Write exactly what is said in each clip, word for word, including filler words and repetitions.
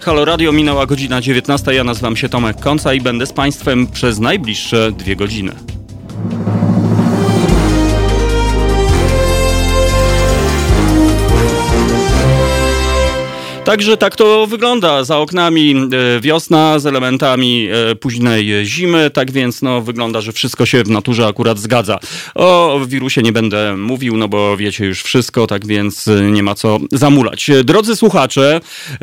Halo Radio, minęła godzina dziewiętnasta. Ja nazywam się Tomek Końca i będę z Państwem przez najbliższe dwie godziny. Także tak to wygląda. Za oknami wiosna z elementami późnej zimy, tak więc no, wygląda, że wszystko się w naturze akurat zgadza. O wirusie nie będę mówił, no bo wiecie już wszystko, tak więc nie ma co zamulać. Drodzy słuchacze,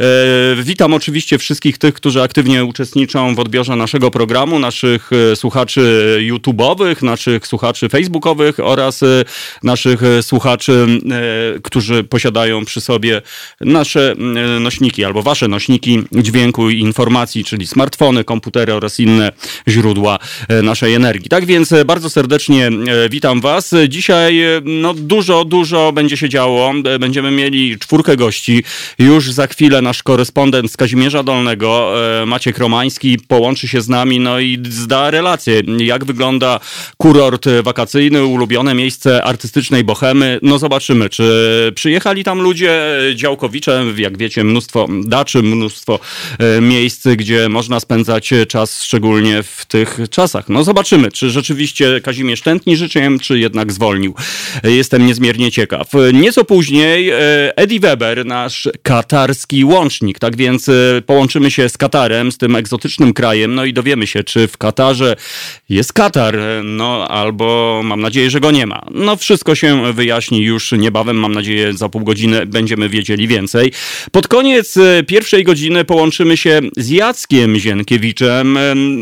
witam oczywiście wszystkich tych, którzy aktywnie uczestniczą w odbiorze naszego programu, naszych słuchaczy YouTube'owych, naszych słuchaczy facebookowych oraz naszych słuchaczy, którzy posiadają przy sobie nasze nośniki albo wasze nośniki dźwięku i informacji, czyli smartfony, komputery oraz inne źródła naszej energii. Tak więc bardzo serdecznie witam was. Dzisiaj no dużo, dużo będzie się działo. Będziemy mieli czwórkę gości. Już za chwilę nasz korespondent z Kazimierza Dolnego, Maciek Romański, połączy się z nami no i zda relację, jak wygląda kurort wakacyjny, ulubione miejsce artystycznej bohemy. No zobaczymy, czy przyjechali tam ludzie, działkowicze, jak wiecie, mnóstwo daczy, mnóstwo e, miejsc, gdzie można spędzać czas, szczególnie w tych czasach. No zobaczymy, czy rzeczywiście Kazimierz tętni życzeniem, czy jednak zwolnił. Jestem niezmiernie ciekaw. Nieco później e, Eddie Weber, nasz katarski łącznik. Tak więc e, połączymy się z Katarem, z tym egzotycznym krajem, no i dowiemy się, czy w Katarze jest Katar, no albo mam nadzieję, że go nie ma. No wszystko się wyjaśni już niebawem, mam nadzieję, za pół godziny będziemy wiedzieli więcej. Pod koniec pierwszej godziny połączymy się z Jackiem Zienkiewiczem,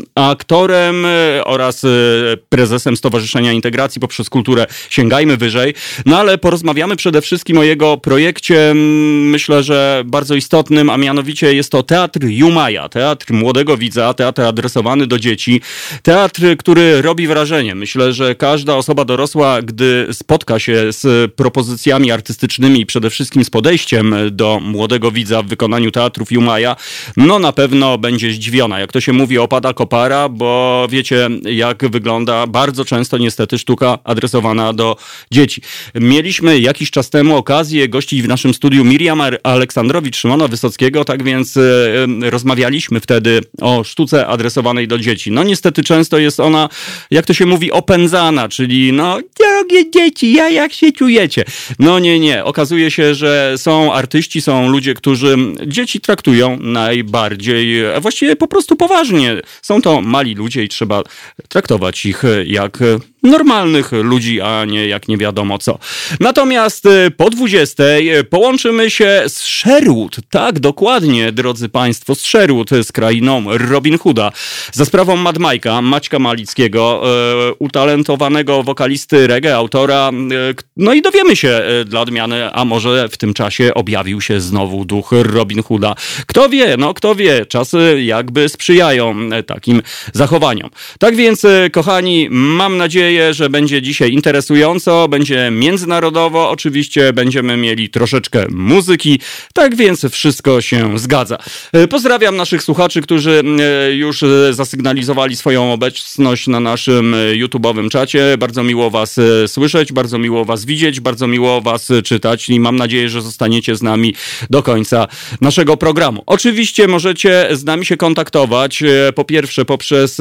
aktorem oraz prezesem Stowarzyszenia Integracji poprzez Kulturę Sięgajmy Wyżej. No ale porozmawiamy przede wszystkim o jego projekcie, myślę, że bardzo istotnym, a mianowicie jest to Teatr Jumaja, teatr młodego widza, teatr adresowany do dzieci, teatr, który robi wrażenie. Myślę, że każda osoba dorosła, gdy spotka się z propozycjami artystycznymi i przede wszystkim z podejściem do młodego widza w wykonaniu teatrów Jumaja, no na pewno będzie zdziwiona. Jak to się mówi, opada kopara, bo wiecie, jak wygląda bardzo często niestety sztuka adresowana do dzieci. Mieliśmy jakiś czas temu okazję gościć w naszym studiu Miriam Aleksandrowicz, Szymona Wysockiego, tak więc y, rozmawialiśmy wtedy o sztuce adresowanej do dzieci. No niestety często jest ona, jak to się mówi, opędzana, czyli no, drogie dzieci, ja jak się czujecie? No nie, nie. Okazuje się, że są artyści, są ludzie, którzy dzieci traktują najbardziej, a właściwie po prostu poważnie. Są to mali ludzie i trzeba traktować ich jak normalnych ludzi, a nie jak nie wiadomo co. Natomiast po dwudziestej połączymy się z Sherwood. Tak, dokładnie, drodzy państwo, z Sherwood, z krainą Robin Hooda. Za sprawą Mad Mike'a, Maćka Malickiego, e, utalentowanego wokalisty reggae, autora. E, no i dowiemy się e, dla odmiany, a może w tym czasie objawił się znowu duch Robin Hooda. Kto wie, no kto wie, czasy jakby sprzyjają e, takim zachowaniom. Tak więc, e, kochani, mam nadzieję, że będzie dzisiaj interesująco, będzie międzynarodowo, oczywiście będziemy mieli troszeczkę muzyki, tak więc wszystko się zgadza. Pozdrawiam naszych słuchaczy, którzy już zasygnalizowali swoją obecność na naszym YouTube'owym czacie. Bardzo miło was słyszeć, bardzo miło was widzieć, bardzo miło was czytać i mam nadzieję, że zostaniecie z nami do końca naszego programu. Oczywiście możecie z nami się kontaktować, po pierwsze poprzez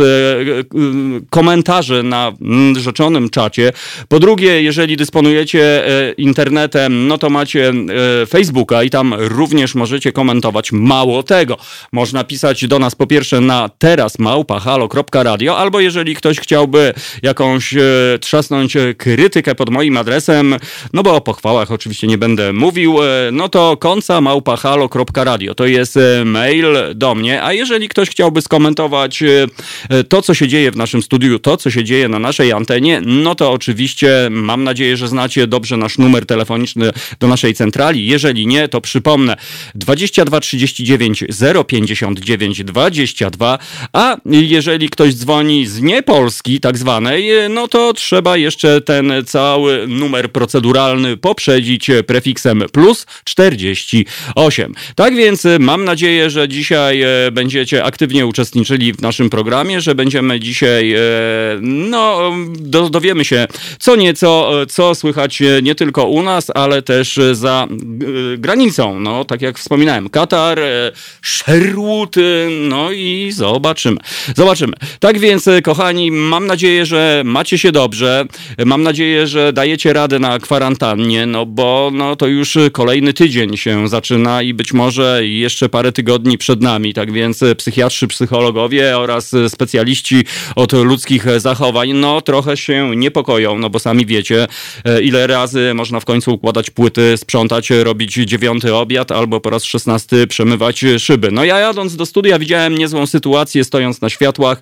komentarze na rzeczonym czacie. Po drugie, jeżeli dysponujecie e, internetem, no to macie e, Facebooka i tam również możecie komentować. Mało tego, można pisać do nas po pierwsze na teraz małpa halo kropka radio, albo jeżeli ktoś chciałby jakąś e, trzasnąć krytykę pod moim adresem, no bo o pochwałach oczywiście nie będę mówił, e, no to konca małpa halo kropka radio. To jest e, mail do mnie, a jeżeli ktoś chciałby skomentować e, to, co się dzieje w naszym studiu, to, co się dzieje na naszej antenie, no to oczywiście mam nadzieję, że znacie dobrze nasz numer telefoniczny do naszej centrali. Jeżeli nie, to przypomnę dwadzieścia dwa trzydzieści dziewięć zero pięćdziesiąt dziewięć dwadzieścia dwa, a jeżeli ktoś dzwoni z niepolski tak zwanej, no to trzeba jeszcze ten cały numer proceduralny poprzedzić prefiksem plus czterdzieści osiem. Tak więc mam nadzieję, że dzisiaj będziecie aktywnie uczestniczyli w naszym programie, że będziemy dzisiaj no do, dowiemy się co nieco, co słychać nie tylko u nas, ale też za granicą. No, tak jak wspominałem, Katar, Sherwood, no i zobaczymy. Zobaczymy. Tak więc, kochani, mam nadzieję, że macie się dobrze. Mam nadzieję, że dajecie radę na kwarantannie, no bo no, to już kolejny tydzień się zaczyna i być może jeszcze parę tygodni przed nami. Tak więc psychiatrzy, psychologowie oraz specjaliści od ludzkich zachowań, no trochę się niepokoją, no bo sami wiecie, ile razy można w końcu układać płyty, sprzątać, robić dziewiąty obiad albo po raz szesnasty przemywać szyby. No ja jadąc do studia widziałem niezłą sytuację, stojąc na światłach,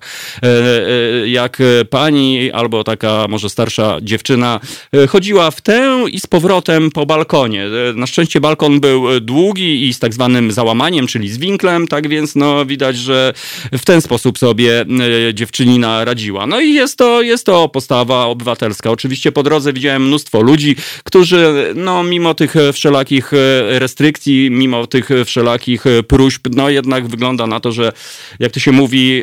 jak pani albo taka może starsza dziewczyna chodziła w tę i z powrotem po balkonie. Na szczęście balkon był długi i z tak zwanym załamaniem, czyli z winklem, tak więc no widać, że w ten sposób sobie dziewczynina radziła. No i jest to, jest to postawa obywatelska. Oczywiście po drodze widziałem mnóstwo ludzi, którzy no mimo tych wszelakich restrykcji, mimo tych wszelakich próśb, no jednak wygląda na to, że jak to się mówi,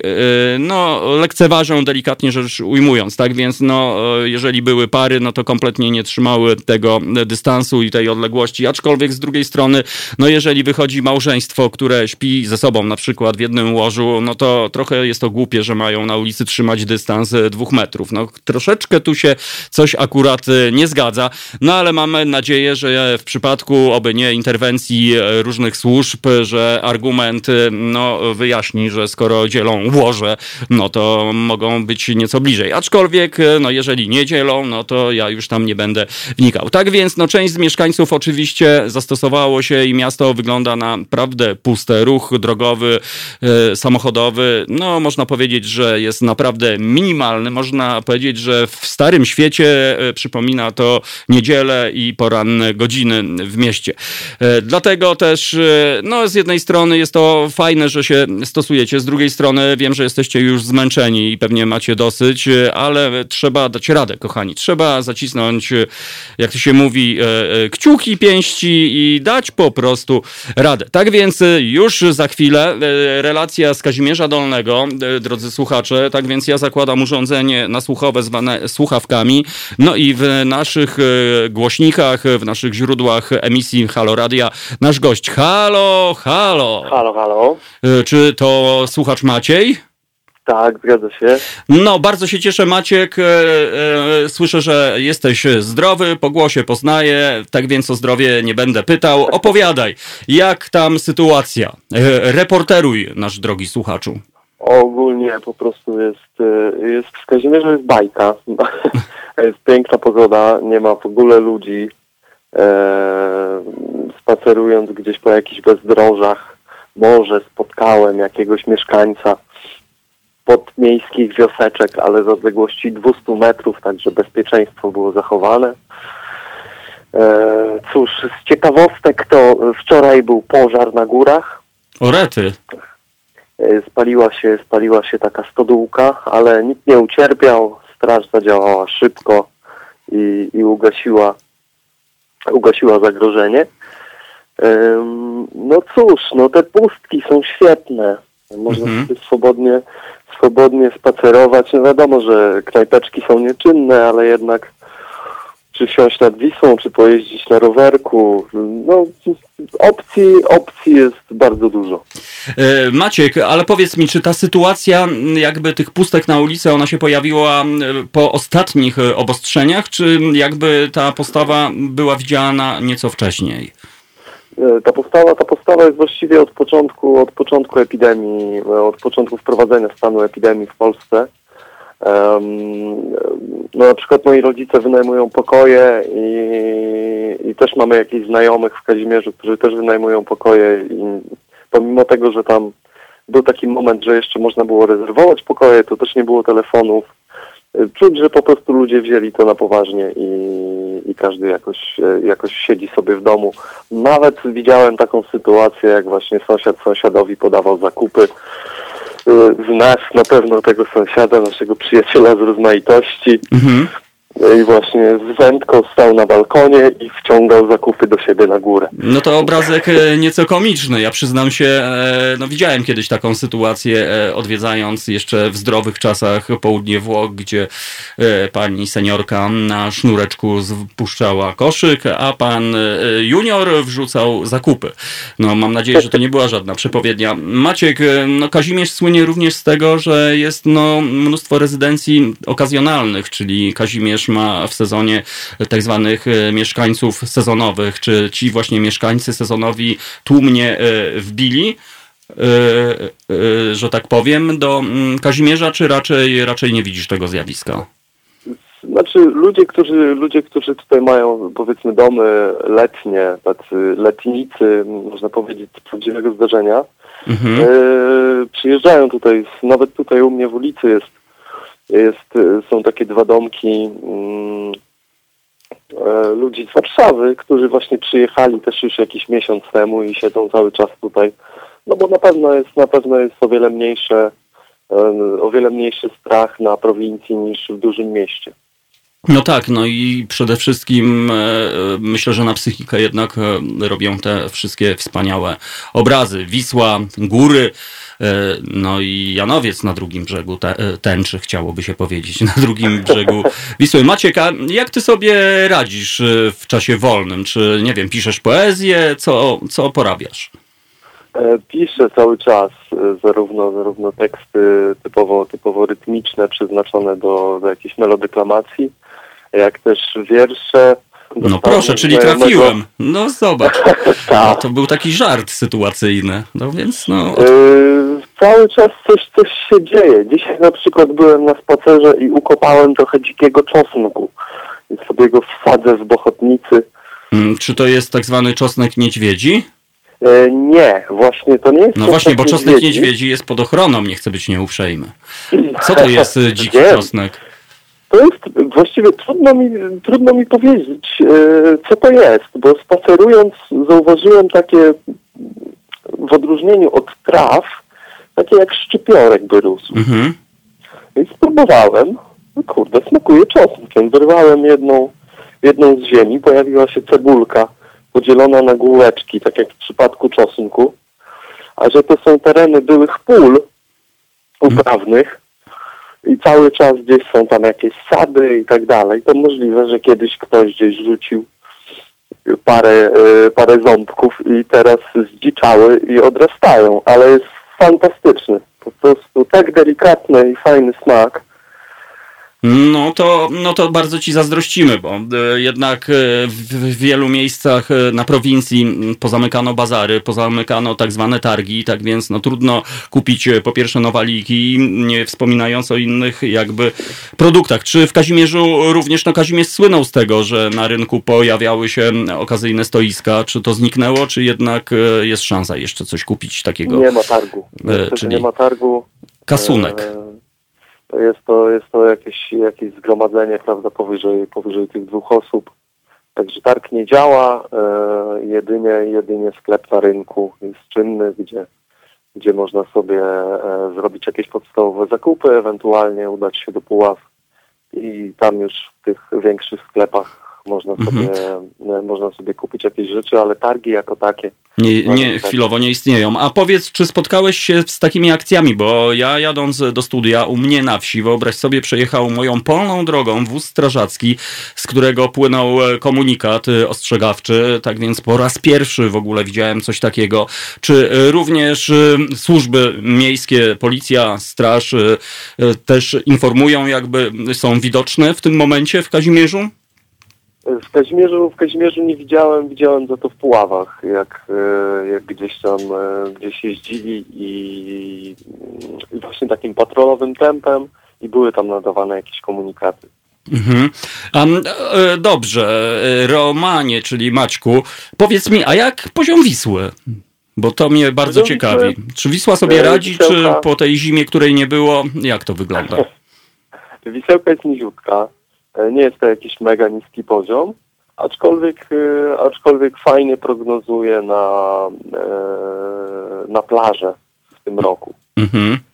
no lekceważą, delikatnie rzecz ujmując, tak więc no jeżeli były pary, no to kompletnie nie trzymały tego dystansu i tej odległości, aczkolwiek z drugiej strony, no jeżeli wychodzi małżeństwo, które śpi ze sobą na przykład w jednym łożu, no to trochę jest to głupie, że mają na ulicy trzymać dystans dwóch metrów. No troszeczkę tu się coś akurat nie zgadza, no ale mamy nadzieję, że w przypadku oby nie interwencji różnych służb, że argument no wyjaśni, że skoro dzielą łoże, no to mogą być nieco bliżej. Aczkolwiek, no jeżeli nie dzielą, no to ja już tam nie będę wnikał. Tak więc, no część z mieszkańców oczywiście zastosowało się i miasto wygląda na naprawdę puste. Ruch drogowy, e, samochodowy, no można powiedzieć, że jest naprawdę minimalny. Można powiedzieć, że w starym świecie e, przypomina to niedzielę i poranne godziny w mieście. E, dlatego też, e, no z jednej strony jest to fajne, że się stosujecie, z drugiej strony wiem, że jesteście już zmęczeni i pewnie macie dosyć, ale trzeba dać radę, kochani. Trzeba zacisnąć, jak to się mówi, kciuki, pięści i dać po prostu radę. Tak więc już za chwilę relacja z Kazimierza Dolnego, drodzy słuchacze, tak więc ja zakładam urządzenie nasłuchowe zwane słuchawkami, no i w naszych głośnikach, w naszych źródłach emisji Halo Radia nasz gość. Halo, halo. Halo, halo. Czy to słuchacz Maciej? Tak, zgadza się. No, bardzo się cieszę, Maciek. E, e, słyszę, że jesteś zdrowy, po głosie poznaję, tak więc o zdrowie nie będę pytał. Opowiadaj, jak tam sytuacja? E, reporteruj, nasz drogi słuchaczu. Ogólnie po prostu jest, jest w Kazimierzu jest bajka. Jest piękna pogoda, nie ma w ogóle ludzi. E, spacerując gdzieś po jakichś bezdrożach, może spotkałem jakiegoś mieszkańca podmiejskich wioseczek, ale z odległości dwieście metrów, także bezpieczeństwo było zachowane. E, cóż, z ciekawostek to wczoraj był pożar na górach. O rety. E, spaliła się, spaliła się taka stodółka, ale nikt nie ucierpiał. Straż zadziałała szybko i, i ugasiła, ugasiła zagrożenie. E, no cóż, no te pustki są świetne. Można mhm. sobie swobodnie, swobodnie spacerować. No wiadomo, że knajpeczki są nieczynne, ale jednak czy wsiąść nad Wisłą, czy pojeździć na rowerku, no opcji, opcji jest bardzo dużo. Maciek, ale powiedz mi, czy ta sytuacja jakby tych pustek na ulicy, ona się pojawiła po ostatnich obostrzeniach, czy jakby ta postawa była widziana nieco wcześniej? Ta postawa, ta postawa jest właściwie od początku, od początku epidemii, od początku wprowadzenia stanu epidemii w Polsce. Um, no na przykład moi rodzice wynajmują pokoje i, i też mamy jakichś znajomych w Kazimierzu, którzy też wynajmują pokoje i pomimo tego, że tam był taki moment, że jeszcze można było rezerwować pokoje, to też nie było telefonów. Czuć, że po prostu ludzie wzięli to na poważnie i, i każdy jakoś, jakoś siedzi sobie w domu. Nawet widziałem taką sytuację, jak właśnie sąsiad sąsiadowi podawał zakupy. Z nas na pewno tego sąsiada, naszego przyjaciela z rozmaitości. Mhm. I właśnie z wędką stał na balkonie i wciągał zakupy do siebie na górę. No to obrazek nieco komiczny. Ja przyznam się, no widziałem kiedyś taką sytuację, odwiedzając jeszcze w zdrowych czasach południe Włoch, gdzie pani seniorka na sznureczku puszczała koszyk, a pan junior wrzucał zakupy. No mam nadzieję, że to nie była żadna przepowiednia. Maciek, no Kazimierz słynie również z tego, że jest no mnóstwo rezydencji okazjonalnych, czyli Kazimierz ma w sezonie tak zwanych mieszkańców sezonowych. Czy ci właśnie mieszkańcy sezonowi tłumnie wbili, że tak powiem, do Kazimierza, czy raczej, raczej nie widzisz tego zjawiska? Znaczy ludzie, którzy ludzie, którzy tutaj mają powiedzmy domy letnie, tacy letnicy, można powiedzieć, z prawdziwego zdarzenia, mhm. yy, przyjeżdżają tutaj, nawet tutaj u mnie w ulicy jest, jest są takie dwa domki yy, yy, ludzi z Warszawy, którzy właśnie przyjechali też już jakiś miesiąc temu i siedzą cały czas tutaj, no bo na pewno jest, na pewno jest o wiele mniejsze, yy, o wiele mniejszy strach na prowincji niż w dużym mieście. No tak, no i przede wszystkim e, myślę, że na psychikę jednak e, robią te wszystkie wspaniałe obrazy. Wisła, góry, e, no i Janowiec na drugim brzegu te, e, tęczy, chciałoby się powiedzieć, na drugim brzegu Wisły. Maciek, a jak ty sobie radzisz w czasie wolnym? Czy, nie wiem, piszesz poezję? Co, co porabiasz? Piszę cały czas, zarówno, zarówno teksty typowo, typowo rytmiczne, przeznaczone do, do jakiejś melodeklamacji, jak też wiersze. No proszę, czyli trafiłem. No zobacz. No, to był taki żart sytuacyjny. No więc no... Yy, cały czas coś, coś się dzieje. Dzisiaj na przykład byłem na spacerze i ukopałem trochę dzikiego czosnku. I sobie go wsadzę w bochotnicy. Hmm, czy to jest tak zwany czosnek niedźwiedzi? Yy, nie, właśnie to nie jest. No właśnie, bo czosnek niedźwiedzi. niedźwiedzi jest pod ochroną, nie chcę być nieuprzejmy. Co to jest dziki nie. czosnek? To jest właściwie trudno mi, trudno mi powiedzieć, yy, co to jest, bo spacerując zauważyłem takie, w odróżnieniu od traw, takie jak szczypiorek by rósł. Mhm. I spróbowałem, no kurde, smakuje czosnkiem. Wyrwałem jedną, jedną z ziemi, pojawiła się cebulka podzielona na główeczki, tak jak w przypadku czosnku, a że to są tereny byłych pól uprawnych, i cały czas gdzieś są tam jakieś sady i tak dalej, to możliwe, że kiedyś ktoś gdzieś rzucił parę, parę ząbków i teraz zdziczały i odrastają, ale jest fantastyczny. Po prostu tak delikatny i fajny smak. No to, no to bardzo ci zazdrościmy, bo jednak w wielu miejscach na prowincji pozamykano bazary, pozamykano tak zwane targi, tak więc no trudno kupić po pierwsze nowaliki, nie wspominając o innych jakby produktach. Czy w Kazimierzu również, no Kazimierz słynął z tego, że na rynku pojawiały się okazyjne stoiska, czy to zniknęło, czy jednak jest szansa jeszcze coś kupić takiego? Nie ma targu. Myślę, czyli nie ma targu. Kasunek. E- Jest to, jest to jakieś, jakieś zgromadzenie, prawda, powyżej, powyżej tych dwóch osób. Także targ nie działa, e, jedynie, jedynie sklep na rynku jest czynny, gdzie, gdzie można sobie e, zrobić jakieś podstawowe zakupy, ewentualnie udać się do Puław i tam już w tych większych sklepach można sobie, mhm. można sobie kupić jakieś rzeczy, ale targi jako takie nie, nie, chwilowo nie istnieją. A powiedz, czy spotkałeś się z takimi akcjami, bo ja jadąc do studia u mnie na wsi, wyobraź sobie, przejechał moją polną drogą wóz strażacki, z którego płynął komunikat ostrzegawczy, tak więc po raz pierwszy w ogóle widziałem coś takiego. Czy również służby miejskie, policja, straż też informują, jakby są widoczne w tym momencie w Kazimierzu? W Kazimierzu, w Kazimierzu nie widziałem, widziałem za to w Puławach, jak, jak gdzieś tam gdzieś jeździli i, i właśnie takim patrolowym tempem i były tam nadawane jakieś komunikaty. Mhm. Um, e, dobrze, Romanie, czyli Maćku, powiedz mi, a jak poziom Wisły? Bo to mnie bardzo poziom ciekawi. Wisły? Czy Wisła sobie radzi, Wisełka... czy po tej zimie, której nie było, jak to wygląda? Wisełka jest niziutka. Nie jest to jakiś mega niski poziom, aczkolwiek, aczkolwiek fajnie prognozuje na, na plażę w tym roku. Mhm.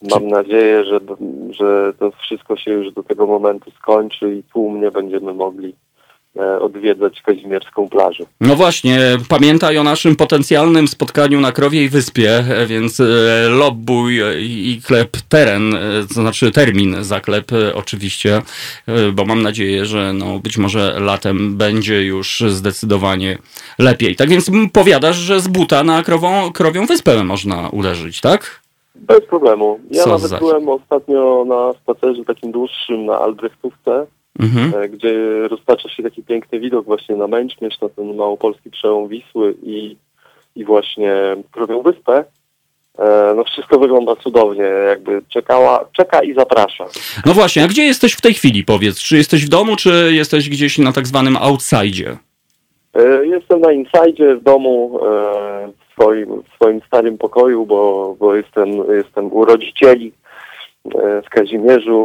Mam nadzieję, że, że to wszystko się już do tego momentu skończy i tłumnie będziemy mogli odwiedzać kazimierską plażę. No właśnie, pamiętaj o naszym potencjalnym spotkaniu na Krowiej Wyspie, więc lobbuj i klep teren, to znaczy termin zaklep oczywiście, bo mam nadzieję, że no być może latem będzie już zdecydowanie lepiej. Tak więc powiadasz, że z buta na Krową, Krowią Wyspę można uderzyć, tak? Bez problemu. Ja Co nawet za... byłem ostatnio na spacerze takim dłuższym na Albrechtówce, Mhm. gdzie roztacza się taki piękny widok właśnie na Męczmierz, na ten małopolski przełom Wisły i, i właśnie Krowią Wyspę. No wszystko wygląda cudownie, jakby czekała, czeka i zaprasza. No właśnie, a gdzie jesteś w tej chwili, powiedz? Czy jesteś w domu, czy jesteś gdzieś na tak zwanym outsidzie? Jestem na inside w domu, w swoim, w swoim starym pokoju, bo, bo jestem, jestem u rodzicieli w Kazimierzu.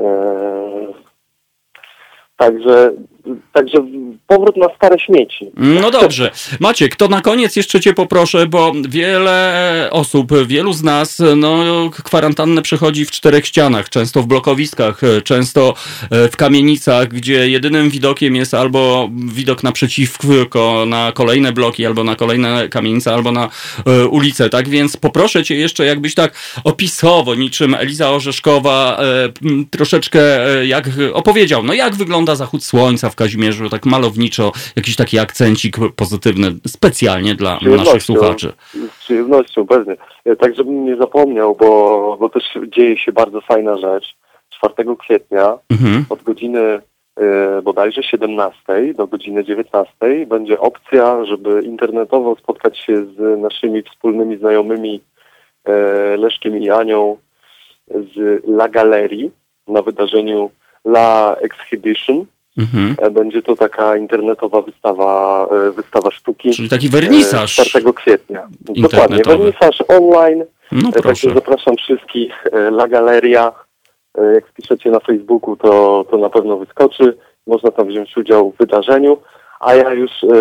Także, także powrót na stare śmieci. No dobrze. Maciek, to na koniec jeszcze cię poproszę, bo wiele osób, wielu z nas, no kwarantannę przechodzi w czterech ścianach, często w blokowiskach, często w kamienicach, gdzie jedynym widokiem jest albo widok naprzeciwko na kolejne bloki, albo na kolejne kamienice, albo na e, ulicę, tak? Więc poproszę cię jeszcze, jakbyś tak opisowo, niczym Eliza Orzeszkowa, e, troszeczkę e, jak opowiedział, no jak wygląda zachód słońca w Kazimierzu, tak malowniczo, jakiś taki akcencik pozytywny, specjalnie dla naszych słuchaczy. Z przyjemnością, pewnie. Tak, żebym nie zapomniał, bo, bo też dzieje się bardzo fajna rzecz. czwartego kwietnia mhm. od godziny y, bodajże siedemnastej do godziny dziewiętnastej będzie opcja, żeby internetowo spotkać się z naszymi wspólnymi znajomymi y, Leszkiem i Anią z La Galerii na wydarzeniu La Exhibition. Mhm. Będzie to taka internetowa wystawa, wystawa sztuki. Czyli taki wernisaż. czwartego kwietnia. Dokładnie, wernisaż online. No Także zapraszam wszystkich. La Galeria. Jak wpiszecie na Facebooku, to, to na pewno wyskoczy. Można tam wziąć udział w wydarzeniu. A ja już e,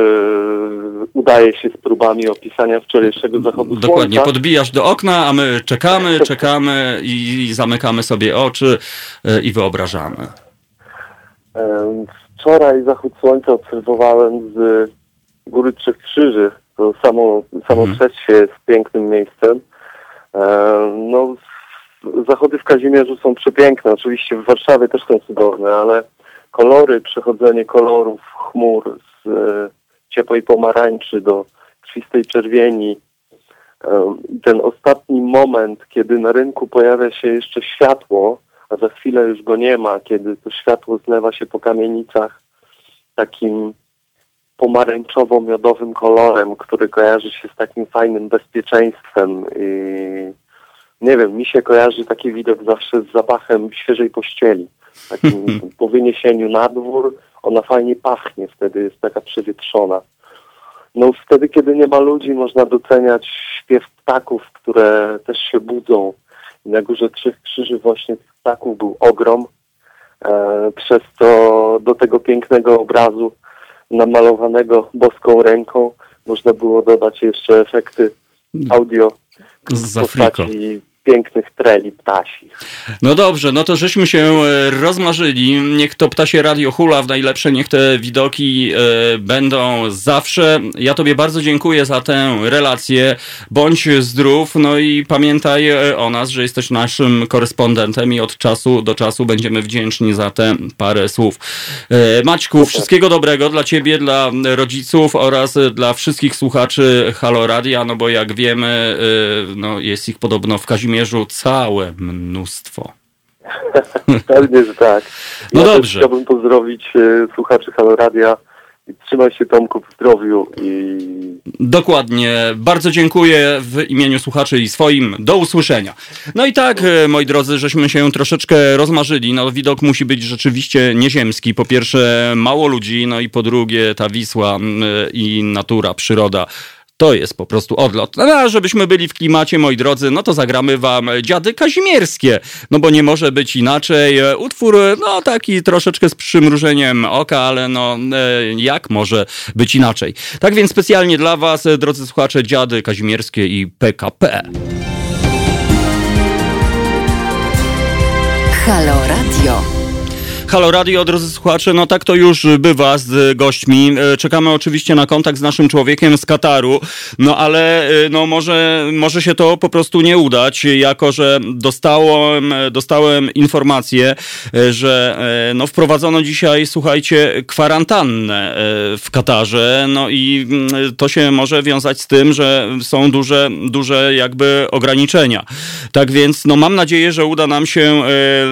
udaję się z próbami opisania wczorajszego zachodu słońca. Dokładnie, podbijasz do okna, a my czekamy, czekamy i, i zamykamy sobie oczy e, i wyobrażamy. E, wczoraj zachód słońca obserwowałem z Góry Trzech Krzyży. To samo, samo hmm. przez się jest pięknym miejscem. E, no, zachody w Kazimierzu są przepiękne. Oczywiście w Warszawie też są cudowne, ale kolory, przechodzenie kolorów chmur z e, ciepłej pomarańczy do krwistej czerwieni. E, ten ostatni moment, kiedy na rynku pojawia się jeszcze światło, a za chwilę już go nie ma, kiedy to światło zlewa się po kamienicach takim pomarańczowo-miodowym kolorem, który kojarzy się z takim fajnym bezpieczeństwem. I nie wiem, mi się kojarzy taki widok zawsze z zapachem świeżej pościeli. Takim po wyniesieniu na dwór, ona fajnie pachnie, wtedy jest taka przewietrzona. No wtedy, kiedy nie ma ludzi, można doceniać śpiew ptaków, które też się budzą. I na Górze Trzech Krzyży właśnie tych ptaków był ogrom. E, przez to do tego pięknego obrazu namalowanego boską ręką można było dodać jeszcze efekty audio z postaci pięknych treli ptasich. No dobrze, no to żeśmy się rozmarzyli. Niech to ptasie radio hula w najlepsze, niech te widoki e, będą zawsze. Ja tobie bardzo dziękuję za tę relację. Bądź zdrów, no i pamiętaj o nas, że jesteś naszym korespondentem i od czasu do czasu będziemy wdzięczni za te parę słów. E, Maćku, wszystkiego dobrego dla ciebie, dla rodziców oraz dla wszystkich słuchaczy Halo Radia, no bo jak wiemy, e, no jest ich podobno w Kazimierzu całe mnóstwo. Pewnie, że tak. No ja dobrze. Chciałbym pozdrowić e, słuchaczy Halo Radia. Trzymaj się, Tomku, w zdrowiu. I... Dokładnie. Bardzo dziękuję w imieniu słuchaczy i swoim. Do usłyszenia. No i tak, moi drodzy, żeśmy się troszeczkę rozmarzyli. No widok musi być rzeczywiście nieziemski. Po pierwsze mało ludzi, no i po drugie ta Wisła i natura, przyroda. To jest po prostu odlot. No, a żebyśmy byli w klimacie, moi drodzy, no to zagramy wam Dziady Kazimierskie. No bo nie może być inaczej. Utwór, no taki troszeczkę z przymrużeniem oka, ale no jak może być inaczej. Tak więc specjalnie dla was, drodzy słuchacze, Dziady Kazimierskie i P K P. Halo Radio. Halo Radio, drodzy słuchacze, no tak to już bywa z gośćmi. Czekamy oczywiście na kontakt z naszym człowiekiem z Kataru, no ale no może, może się to po prostu nie udać, jako że dostałem, dostałem informację, że no wprowadzono dzisiaj, słuchajcie, kwarantannę w Katarze, no i to się może wiązać z tym, że są duże, duże jakby ograniczenia. Tak więc no mam nadzieję, że uda nam się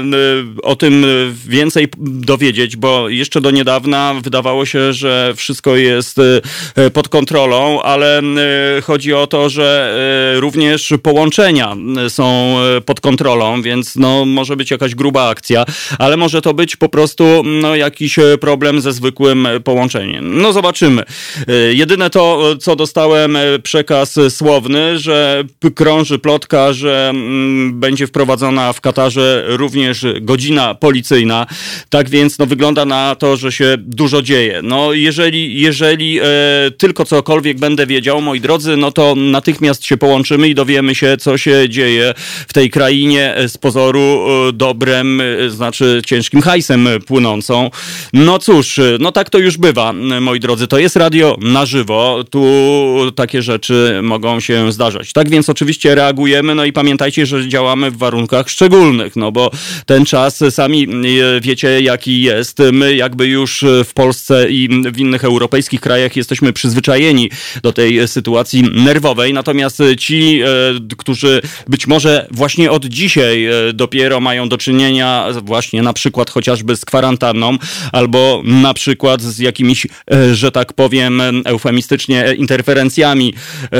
o tym więcej dowiedzieć, bo jeszcze do niedawna wydawało się, że wszystko jest pod kontrolą, ale chodzi o to, że również połączenia są pod kontrolą, więc no może być jakaś gruba akcja, ale może to być po prostu no jakiś problem ze zwykłym połączeniem. No zobaczymy. Jedyne to, co dostałem przekaz słowny, że krąży plotka, że będzie wprowadzona w Katarze również godzina policyjna. Tak więc no, wygląda na to, że się dużo dzieje. No jeżeli, jeżeli e, tylko cokolwiek będę wiedział, moi drodzy, no to natychmiast się połączymy i dowiemy się, co się dzieje w tej krainie z pozoru e, dobrem, e, znaczy ciężkim hajsem płynącą. No cóż, no tak to już bywa, moi drodzy. To jest radio na żywo. Tu takie rzeczy mogą się zdarzać. Tak więc oczywiście reagujemy, no i pamiętajcie, że działamy w warunkach szczególnych, no bo ten czas, sami wiecie, jaki jest. My jakby już w Polsce i w innych europejskich krajach jesteśmy przyzwyczajeni do tej sytuacji nerwowej, natomiast ci, którzy być może właśnie od dzisiaj dopiero mają do czynienia właśnie na przykład chociażby z kwarantanną, albo na przykład z jakimiś, że tak powiem eufemistycznie, interferencjami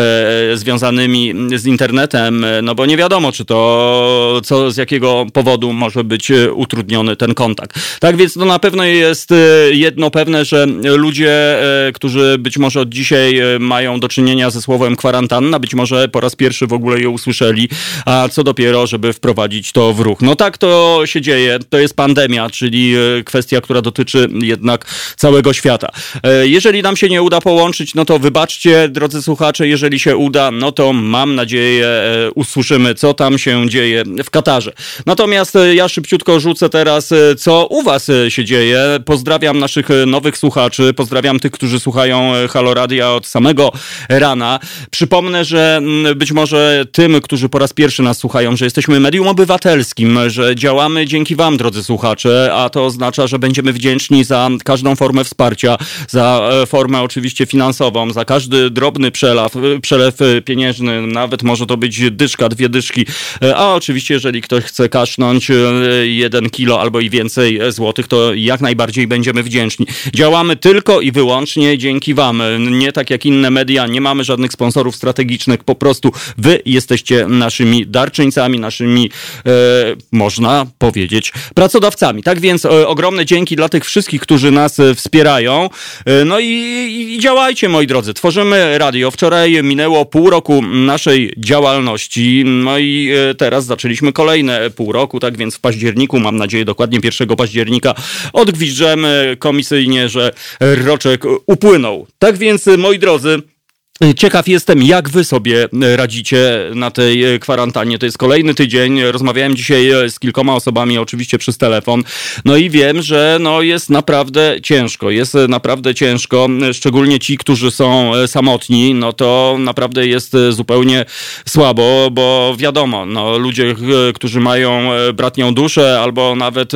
związanymi z internetem, no bo nie wiadomo, czy to co, z jakiego powodu może być utrudniony ten kontakt. Tak więc no na pewno jest jedno pewne, że ludzie, którzy być może od dzisiaj mają do czynienia ze słowem kwarantanna, być może po raz pierwszy w ogóle je usłyszeli, a co dopiero, żeby wprowadzić to w ruch. No tak to się dzieje, to jest pandemia, czyli kwestia, która dotyczy jednak całego świata. Jeżeli nam się nie uda połączyć, no to wybaczcie, drodzy słuchacze, jeżeli się uda, no to mam nadzieję usłyszymy, co tam się dzieje w Katarze. Natomiast ja szybciutko rzucę teraz, co u was się dzieje. Pozdrawiam naszych nowych słuchaczy, pozdrawiam tych, którzy słuchają Halo Radia od samego rana. Przypomnę, że być może tym, którzy po raz pierwszy nas słuchają, że jesteśmy medium obywatelskim, że działamy dzięki wam, drodzy słuchacze, a to oznacza, że będziemy wdzięczni za każdą formę wsparcia, za formę oczywiście finansową, za każdy drobny przelew, przelew pieniężny, nawet może to być dyszka, dwie dyszki, a oczywiście jeżeli ktoś chce kasznąć jeden kilo albo i więcej złotych, to jak najbardziej będziemy wdzięczni. Działamy tylko i wyłącznie dzięki wam. Nie tak jak inne media, nie mamy żadnych sponsorów strategicznych, po prostu wy jesteście naszymi darczyńcami, naszymi, e, można powiedzieć, pracodawcami. Tak więc e, ogromne dzięki dla tych wszystkich, którzy nas e, wspierają. E, no i, i, i działajcie, moi drodzy. Tworzymy radio. Wczoraj minęło pół roku naszej działalności, no i e, teraz zaczęliśmy kolejne pół roku, tak więc w październiku, mam nadzieję dokładnie pierwszego października, odgwiżdżemy komisyjnie, że roczek upłynął. Tak więc, moi drodzy, ciekaw jestem, jak wy sobie radzicie na tej kwarantannie. To jest kolejny tydzień. Rozmawiałem dzisiaj z kilkoma osobami, oczywiście przez telefon. No i wiem, że no jest naprawdę ciężko. Jest naprawdę ciężko. Szczególnie ci, którzy są samotni, no to naprawdę jest zupełnie słabo, bo wiadomo, no ludzie, którzy mają bratnią duszę albo nawet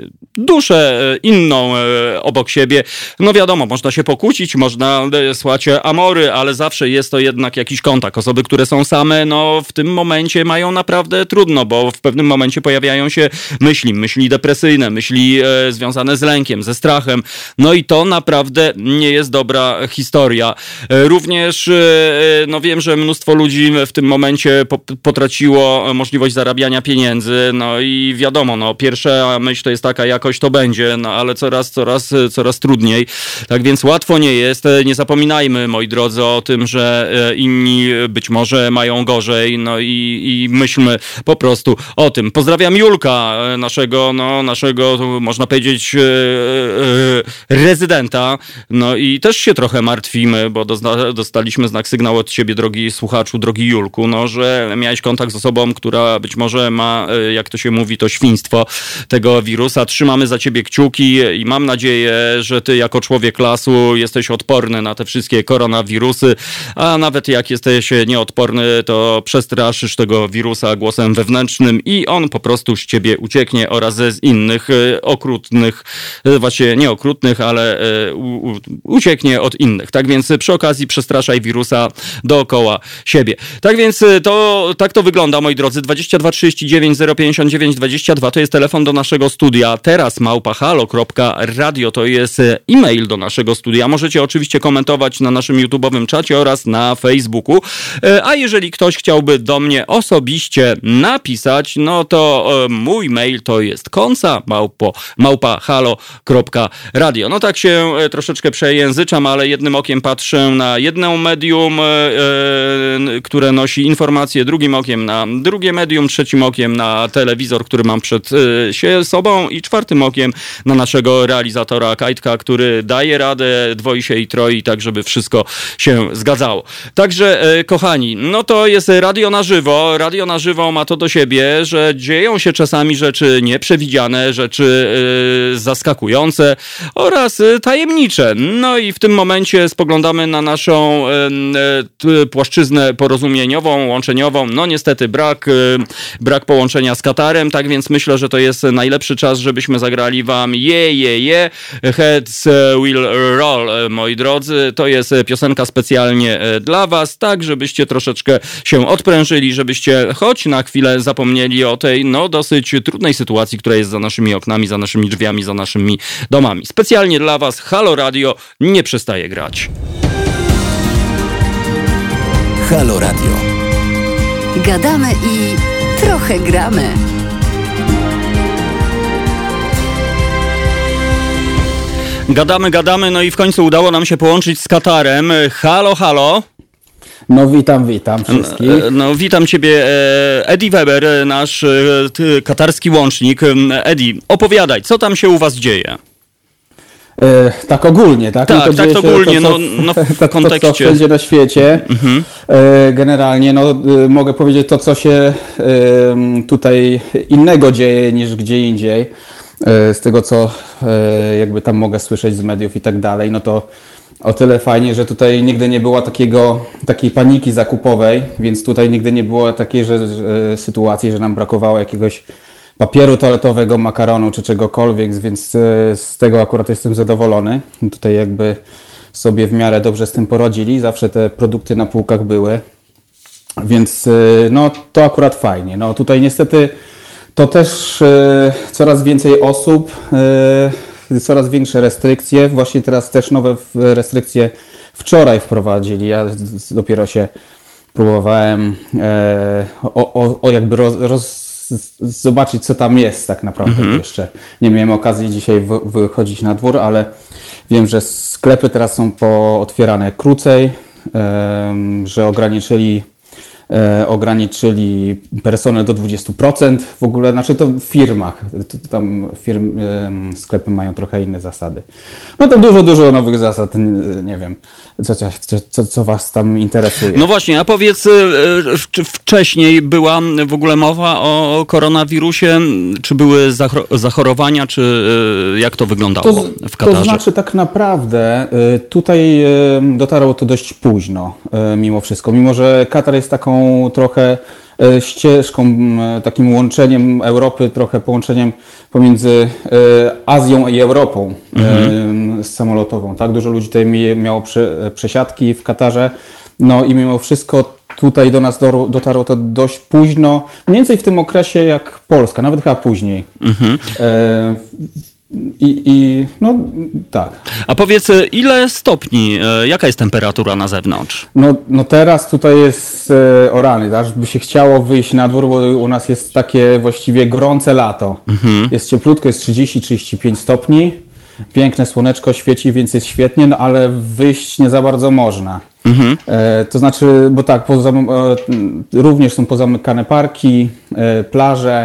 duszę inną obok siebie, no wiadomo, można się pokłócić, można słać amory, ale zawsze Zawsze jest to jednak jakiś kontakt. Osoby, które są same, no w tym momencie mają naprawdę trudno, bo w pewnym momencie pojawiają się myśli, myśli depresyjne, myśli e, związane z lękiem, ze strachem. No i to naprawdę nie jest dobra historia. E, również e, no wiem, że mnóstwo ludzi w tym momencie po, potraciło możliwość zarabiania pieniędzy, no i wiadomo, no pierwsza myśl to jest taka, jakoś to będzie, no ale coraz, coraz, coraz trudniej. Tak więc łatwo nie jest. Nie zapominajmy, moi drodzy, o tym, tym, że inni być może mają gorzej, no i, i myślmy po prostu o tym. Pozdrawiam Julka, naszego, no, naszego, można powiedzieć, rezydenta, no i też się trochę martwimy, bo dozna, dostaliśmy znak sygnał od ciebie, drogi słuchaczu, drogi Julku, no, że miałeś kontakt z osobą, która być może ma, jak to się mówi, to świństwo tego wirusa. Trzymamy za ciebie kciuki i mam nadzieję, że ty jako człowiek lasu jesteś odporny na te wszystkie koronawirusy, a nawet jak jesteś nieodporny, to przestraszysz tego wirusa głosem wewnętrznym i on po prostu z ciebie ucieknie oraz z innych okrutnych, właśnie nie okrutnych, ale u, u, ucieknie od innych. Tak więc przy okazji przestraszaj wirusa dookoła siebie. Tak więc to, tak to wygląda, moi drodzy. dwadzieścia dwa trzydzieści dziewięć zero pięćdziesiąt dziewięć dwadzieścia dwa to jest telefon do naszego studia. Teraz małpa halo kropka radio to jest e-mail do naszego studia. Możecie oczywiście komentować na naszym YouTube'owym czacie oraz na Facebooku. A jeżeli ktoś chciałby do mnie osobiście napisać, no to mój mail to jest konca małpo, małpa halo kropka radio. No tak się troszeczkę przejęzyczam, ale jednym okiem patrzę na jedno medium, które nosi informacje, drugim okiem na drugie medium, trzecim okiem na telewizor, który mam przed się sobą i czwartym okiem na naszego realizatora Kajtka, który daje radę, dwoi się i troi, tak żeby wszystko się zgadzało. Także kochani, no to jest radio na żywo. Radio na żywo ma to do siebie, że dzieją się czasami rzeczy nieprzewidziane, rzeczy zaskakujące oraz tajemnicze. No i w tym momencie spoglądamy na naszą płaszczyznę porozumieniową, łączeniową. No niestety brak, brak połączenia z Katarem, tak więc myślę, że to jest najlepszy czas, żebyśmy zagrali wam je, je, je, Heads Will Roll, moi drodzy. To jest piosenka specjalnie dla was, tak żebyście troszeczkę się odprężyli, żebyście choć na chwilę zapomnieli o tej, no dosyć trudnej sytuacji, która jest za naszymi oknami, za naszymi drzwiami, za naszymi domami. Specjalnie dla was Halo Radio nie przestaje grać. Halo Radio. Gadamy i trochę gramy. Gadamy, gadamy, no i w końcu udało nam się połączyć z Katarem. Halo, halo. No witam, witam wszystkich. No witam ciebie, Eddie Weber, nasz katarski łącznik. Eddie, opowiadaj, co tam się u was dzieje? E, tak ogólnie, tak? Tak, no to tak ogólnie, to, co, no, no w to, kontekście. To, co wszędzie na świecie. Mhm. E, generalnie, no e, mogę powiedzieć to, co się e, tutaj innego dzieje niż gdzie indziej. E, z tego, co e, jakby tam mogę słyszeć z mediów i tak dalej, no to o tyle fajnie, że tutaj nigdy nie było takiego, takiej paniki zakupowej, więc tutaj nigdy nie było takiej że, że, sytuacji, że nam brakowało jakiegoś papieru toaletowego, makaronu czy czegokolwiek, więc z tego akurat jestem zadowolony. Tutaj jakby sobie w miarę dobrze z tym poradzili, zawsze te produkty na półkach były, więc no to akurat fajnie. No tutaj niestety to też coraz więcej osób, coraz większe restrykcje, właśnie teraz też nowe restrykcje wczoraj wprowadzili, ja dopiero się próbowałem o, o, o jakby roz, roz zobaczyć, co tam jest tak naprawdę. Mhm. Jeszcze nie miałem okazji dzisiaj wychodzić na dwór, ale wiem, że sklepy teraz są pootwierane krócej, że ograniczyli ograniczyli personel do dwadzieścia procent. W ogóle, znaczy to w firmach. Tam firm, sklepy mają trochę inne zasady. No to dużo, dużo nowych zasad. Nie wiem, co, co, co was tam interesuje. No właśnie, a powiedz, czy wcześniej była w ogóle mowa o koronawirusie? Czy były zachorowania, czy jak to wyglądało to, w Katarze? To znaczy tak naprawdę tutaj dotarło to dość późno mimo wszystko. Mimo, że Katar jest taką trochę ścieżką, takim łączeniem Europy, trochę połączeniem pomiędzy Azją i Europą mhm. samolotową. Tak? Dużo ludzi tutaj miało przesiadki w Katarze, no i mimo wszystko tutaj do nas dotarło to dość późno, mniej więcej w tym okresie jak Polska, nawet chyba później. Mhm. E I, I no tak. A powiedz, ile stopni, jaka jest temperatura na zewnątrz? No, no teraz tutaj jest e, o rany, aż by się chciało wyjść na dwór, bo u nas jest takie właściwie gorące lato. Mhm. Jest cieplutko, jest trzydzieści do trzydziestu pięciu stopni. piękne słoneczko świeci, więc jest świetnie, no ale wyjść nie za bardzo można. Mhm. E, to znaczy, bo tak, poza, e, również są pozamykane parki, e, plaże,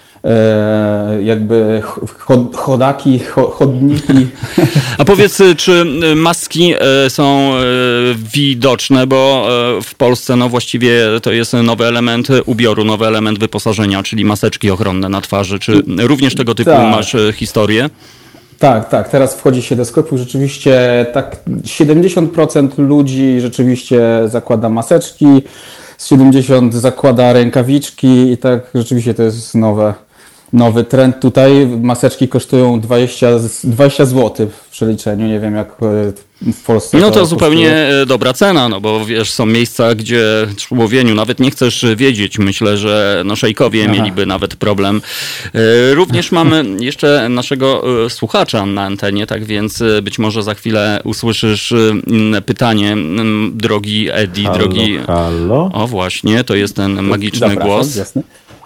e, jakby chod, chodaki, chodniki. A powiedz, czy maski są widoczne, bo w Polsce no właściwie to jest nowy element ubioru, nowy element wyposażenia, czyli maseczki ochronne na twarzy. Czy również tego typu tak. masz historię? Tak, tak. Teraz wchodzi się do sklepu. Rzeczywiście tak siedemdziesiąt procent ludzi rzeczywiście zakłada maseczki, siedemdziesiąt procent zakłada rękawiczki i tak rzeczywiście to jest nowe. Nowy trend tutaj. Maseczki kosztują dwadzieścia złotych w przeliczeniu. Nie wiem, jak w Polsce. No to, to zupełnie kosztuje. Dobra cena, no bo wiesz, są miejsca, gdzie człowieniu nawet nie chcesz wiedzieć. Myślę, że no szejkowie Aha. mieliby nawet problem. Również mamy jeszcze naszego słuchacza na antenie, tak więc być może za chwilę usłyszysz inne pytanie, drogi Eddie, halo, drogi... Halo? O właśnie, to jest ten magiczny Zapraszam, głos. Jasne.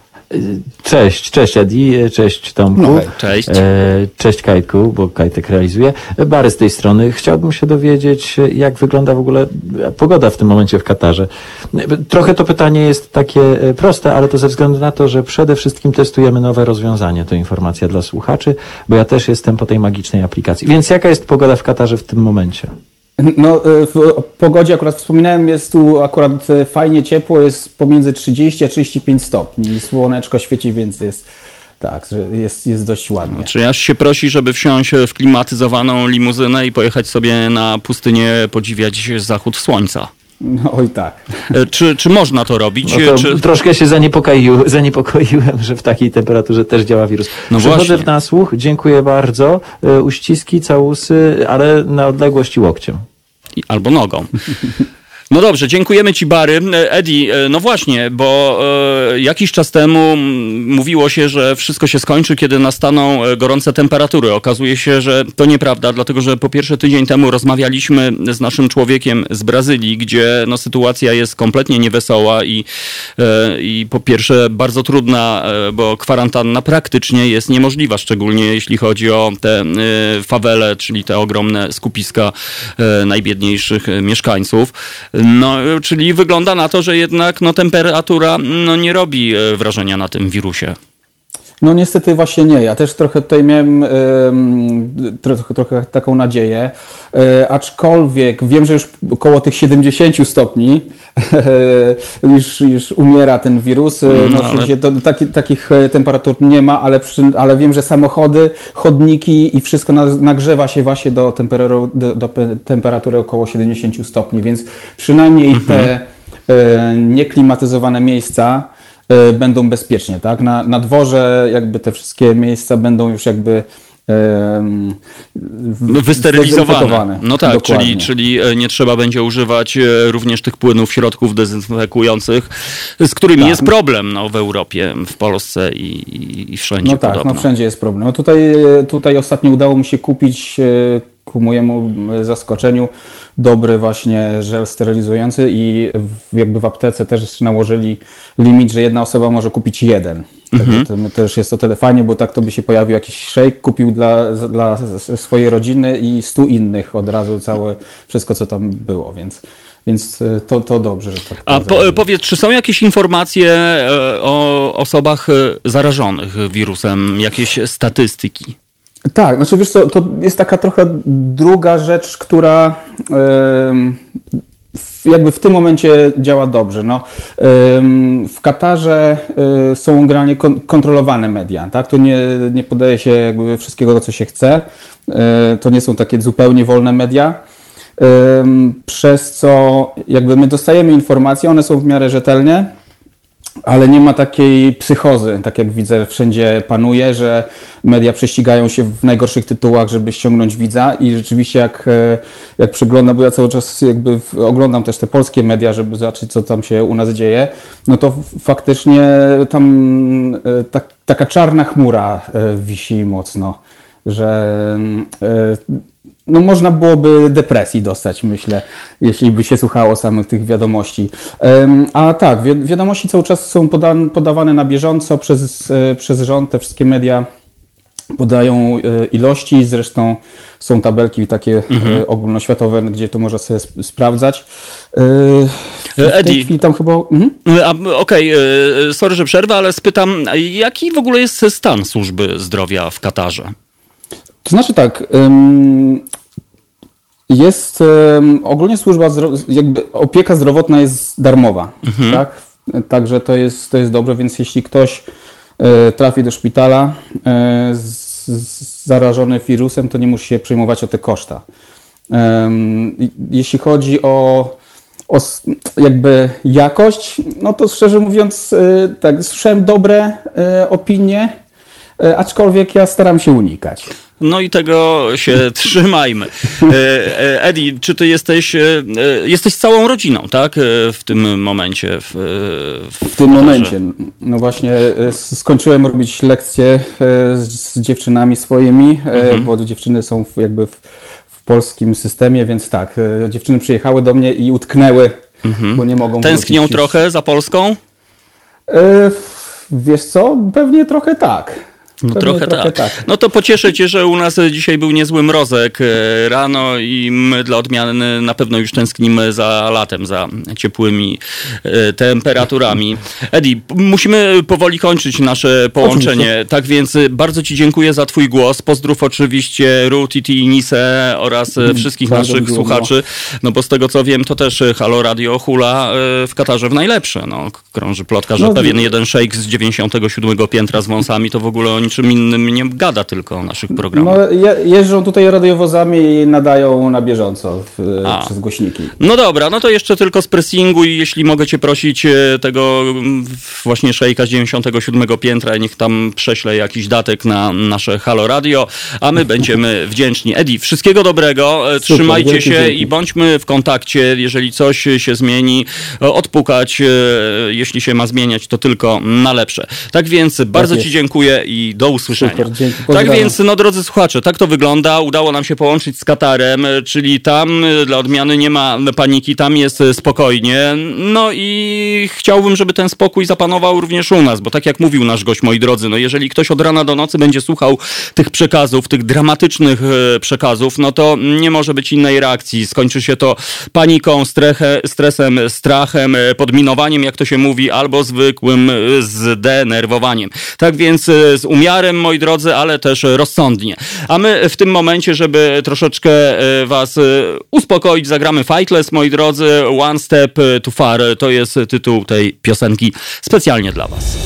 Cześć, cześć Eddie, cześć Tomku. No, cześć. Cześć Kajtku, bo Kajtek realizuje. Bary z tej strony. Chciałbym się dowiedzieć, jak wygląda w ogóle pogoda w tym momencie w Katarze. Trochę to pytanie jest takie proste, ale to ze względu na to, że przede wszystkim testujemy nowe rozwiązanie. To informacja dla słuchaczy, bo ja też jestem po tej magicznej aplikacji. Więc jaka jest pogoda w Katarze w tym momencie? No, w pogodzie akurat wspominałem, jest tu akurat fajnie ciepło, jest pomiędzy trzydzieści a trzydzieści pięć stopni. Słoneczko świeci, więc jest tak, jest, jest dość ładnie. Czy aż się prosi, żeby wsiąść w klimatyzowaną limuzynę i pojechać sobie na pustynię podziwiać zachód słońca? No oj tak. Czy, czy można to robić? No to czy... Troszkę się zaniepokoił, zaniepokoiłem, że w takiej temperaturze też działa wirus. No Przechodzę w nasłuch, dziękuję bardzo. Uściski, całusy, ale na odległość łokciem. Albo nogą. No dobrze, dziękujemy Ci, Bary. Eddie, no właśnie, bo e, jakiś czas temu mówiło się, że wszystko się skończy, kiedy nastaną gorące temperatury. Okazuje się, że to nieprawda, dlatego że po pierwsze tydzień temu rozmawialiśmy z naszym człowiekiem z Brazylii, gdzie no, sytuacja jest kompletnie niewesoła i, e, i po pierwsze bardzo trudna, e, bo kwarantanna praktycznie jest niemożliwa, szczególnie jeśli chodzi o te e, fawele, czyli te ogromne skupiska e, najbiedniejszych mieszkańców. No, czyli wygląda na to, że jednak no, temperatura no, nie robi wrażenia na tym wirusie. No niestety właśnie nie. Ja też trochę tutaj miałem y, trochę, trochę taką nadzieję, y, aczkolwiek wiem, że już około tych siedemdziesiąt stopni y, już, już umiera ten wirus. No, no, ale... to, taki, takich temperatur nie ma, ale, przy, ale wiem, że samochody, chodniki i wszystko nagrzewa się właśnie do temperatury, do, do temperatury około siedemdziesiąt stopni, więc przynajmniej mhm. te y, nieklimatyzowane miejsca będą bezpiecznie, tak? Na, na dworze jakby te wszystkie miejsca będą już jakby um, wysterylizowane. No tak, czyli, czyli nie trzeba będzie używać również tych płynów, środków dezynfekujących, z którymi tak. jest problem no, w Europie, w Polsce i, i wszędzie No tak, podobno. no wszędzie jest problem. No tutaj, tutaj ostatnio udało mi się kupić ku mojemu zaskoczeniu dobry właśnie żel sterylizujący i jakby w aptece też nałożyli limit, że jedna osoba może kupić jeden. Mhm. Tak, to też jest o tyle fajnie, bo tak to by się pojawił jakiś szejk, kupił dla, dla swojej rodziny i stu innych od razu całe wszystko, co tam było, więc... Więc to, to dobrze, że tak. A po, powiedz, czy są jakieś informacje o osobach zarażonych wirusem, jakieś statystyki? Tak, znaczy wiesz co, to jest taka trochę druga rzecz, która yy, jakby w tym momencie działa dobrze. No, yy, w Katarze yy, są generalnie kon- kontrolowane media, tak? To nie, nie podaje się jakby wszystkiego, co się chce. Yy, to nie są takie zupełnie wolne media. Yy, przez co jakby my dostajemy informacje, one są w miarę rzetelne, ale nie ma takiej psychozy, tak jak widzę wszędzie panuje, że media prześcigają się w najgorszych tytułach, żeby ściągnąć widza i rzeczywiście jak, jak przyglądam, bo ja cały czas jakby oglądam też te polskie media, żeby zobaczyć, co tam się u nas dzieje, no to faktycznie tam tak, taka czarna chmura wisi mocno, że no można byłoby depresji dostać, myślę, jeśli by się słuchało samych tych wiadomości. A tak, wi- wiadomości cały czas są poda- podawane na bieżąco przez, przez rząd, te wszystkie media podają ilości, zresztą są tabelki takie mhm. ogólnoświatowe, gdzie to można sobie sp- sprawdzać. W tej chwili tam chyba... Mhm. Okej, okay, sorry, że przerwę, ale spytam, jaki w ogóle jest stan służby zdrowia w Katarze? To znaczy tak, jest ogólnie służba, jakby opieka zdrowotna jest darmowa, mhm. tak? Także to jest, to jest dobre, więc jeśli ktoś trafi do szpitala z, z zarażony wirusem, to nie musi się przejmować o te koszta. Jeśli chodzi o, o jakby jakość, no to szczerze mówiąc, tak, słyszałem dobre opinie, aczkolwiek ja staram się unikać. No i tego się trzymajmy. Edi, czy ty jesteś, jesteś całą rodziną, tak? W tym momencie. W, w, w tym momencie. No właśnie skończyłem robić lekcje z, z dziewczynami swoimi, mhm. bo dziewczyny są jakby w, w polskim systemie, więc tak, dziewczyny przyjechały do mnie i utknęły, mhm. bo nie mogą... Tęsknią wrócić. Trochę za Polską? Wiesz co? Pewnie trochę tak. No trochę, trochę tak. tak. No to pocieszę cię, że u nas dzisiaj był niezły mrozek rano i my dla odmiany na pewno już tęsknimy za latem, za ciepłymi temperaturami. Edi, musimy powoli kończyć nasze połączenie. Oczywiście. Tak więc bardzo ci dziękuję za twój głos. Pozdrów oczywiście Ru, Titi i Nisę oraz wszystkich bardzo naszych słuchaczy. No bo z tego co wiem, to też Halo Radio hula w Katarze w najlepsze. No, krąży plotka, że no, pewien jeden szejk z dziewięćdziesiątego siódmego piętra z wąsami to w ogóle o niczym innym nie gada tylko o naszych programach. No, je, jeżdżą tutaj radiowozami i nadają na bieżąco w, przez głośniki. No dobra, no to jeszcze tylko z pressingu i jeśli mogę cię prosić tego właśnie szejka z dziewięćdziesiątego siódmego piętra, niech tam prześle jakiś datek na nasze Halo Radio, a my będziemy wdzięczni. Edi, wszystkiego dobrego, super, trzymajcie dzięki, się dzięki. I bądźmy w kontakcie, jeżeli coś się zmieni, odpukać, jeśli się ma zmieniać, to tylko na lepsze. Tak więc bardzo tak ci dziękuję i do usłyszenia. Super, dzięki, tak więc, no drodzy słuchacze, tak to wygląda. Udało nam się połączyć z Katarem, czyli tam dla odmiany nie ma paniki, tam jest spokojnie. No i chciałbym, żeby ten spokój zapanował również u nas, bo tak jak mówił nasz gość, moi drodzy, no jeżeli ktoś od rana do nocy będzie słuchał tych przekazów, tych dramatycznych przekazów, no to nie może być innej reakcji. Skończy się to paniką, strechę, stresem, strachem, podminowaniem, jak to się mówi, albo zwykłym zdenerwowaniem. Tak więc z umiarem, moi drodzy, ale też rozsądnie. A my w tym momencie, żeby troszeczkę was uspokoić, zagramy Fightless, moi drodzy. One Step Too Far to jest tytuł tej piosenki specjalnie dla was.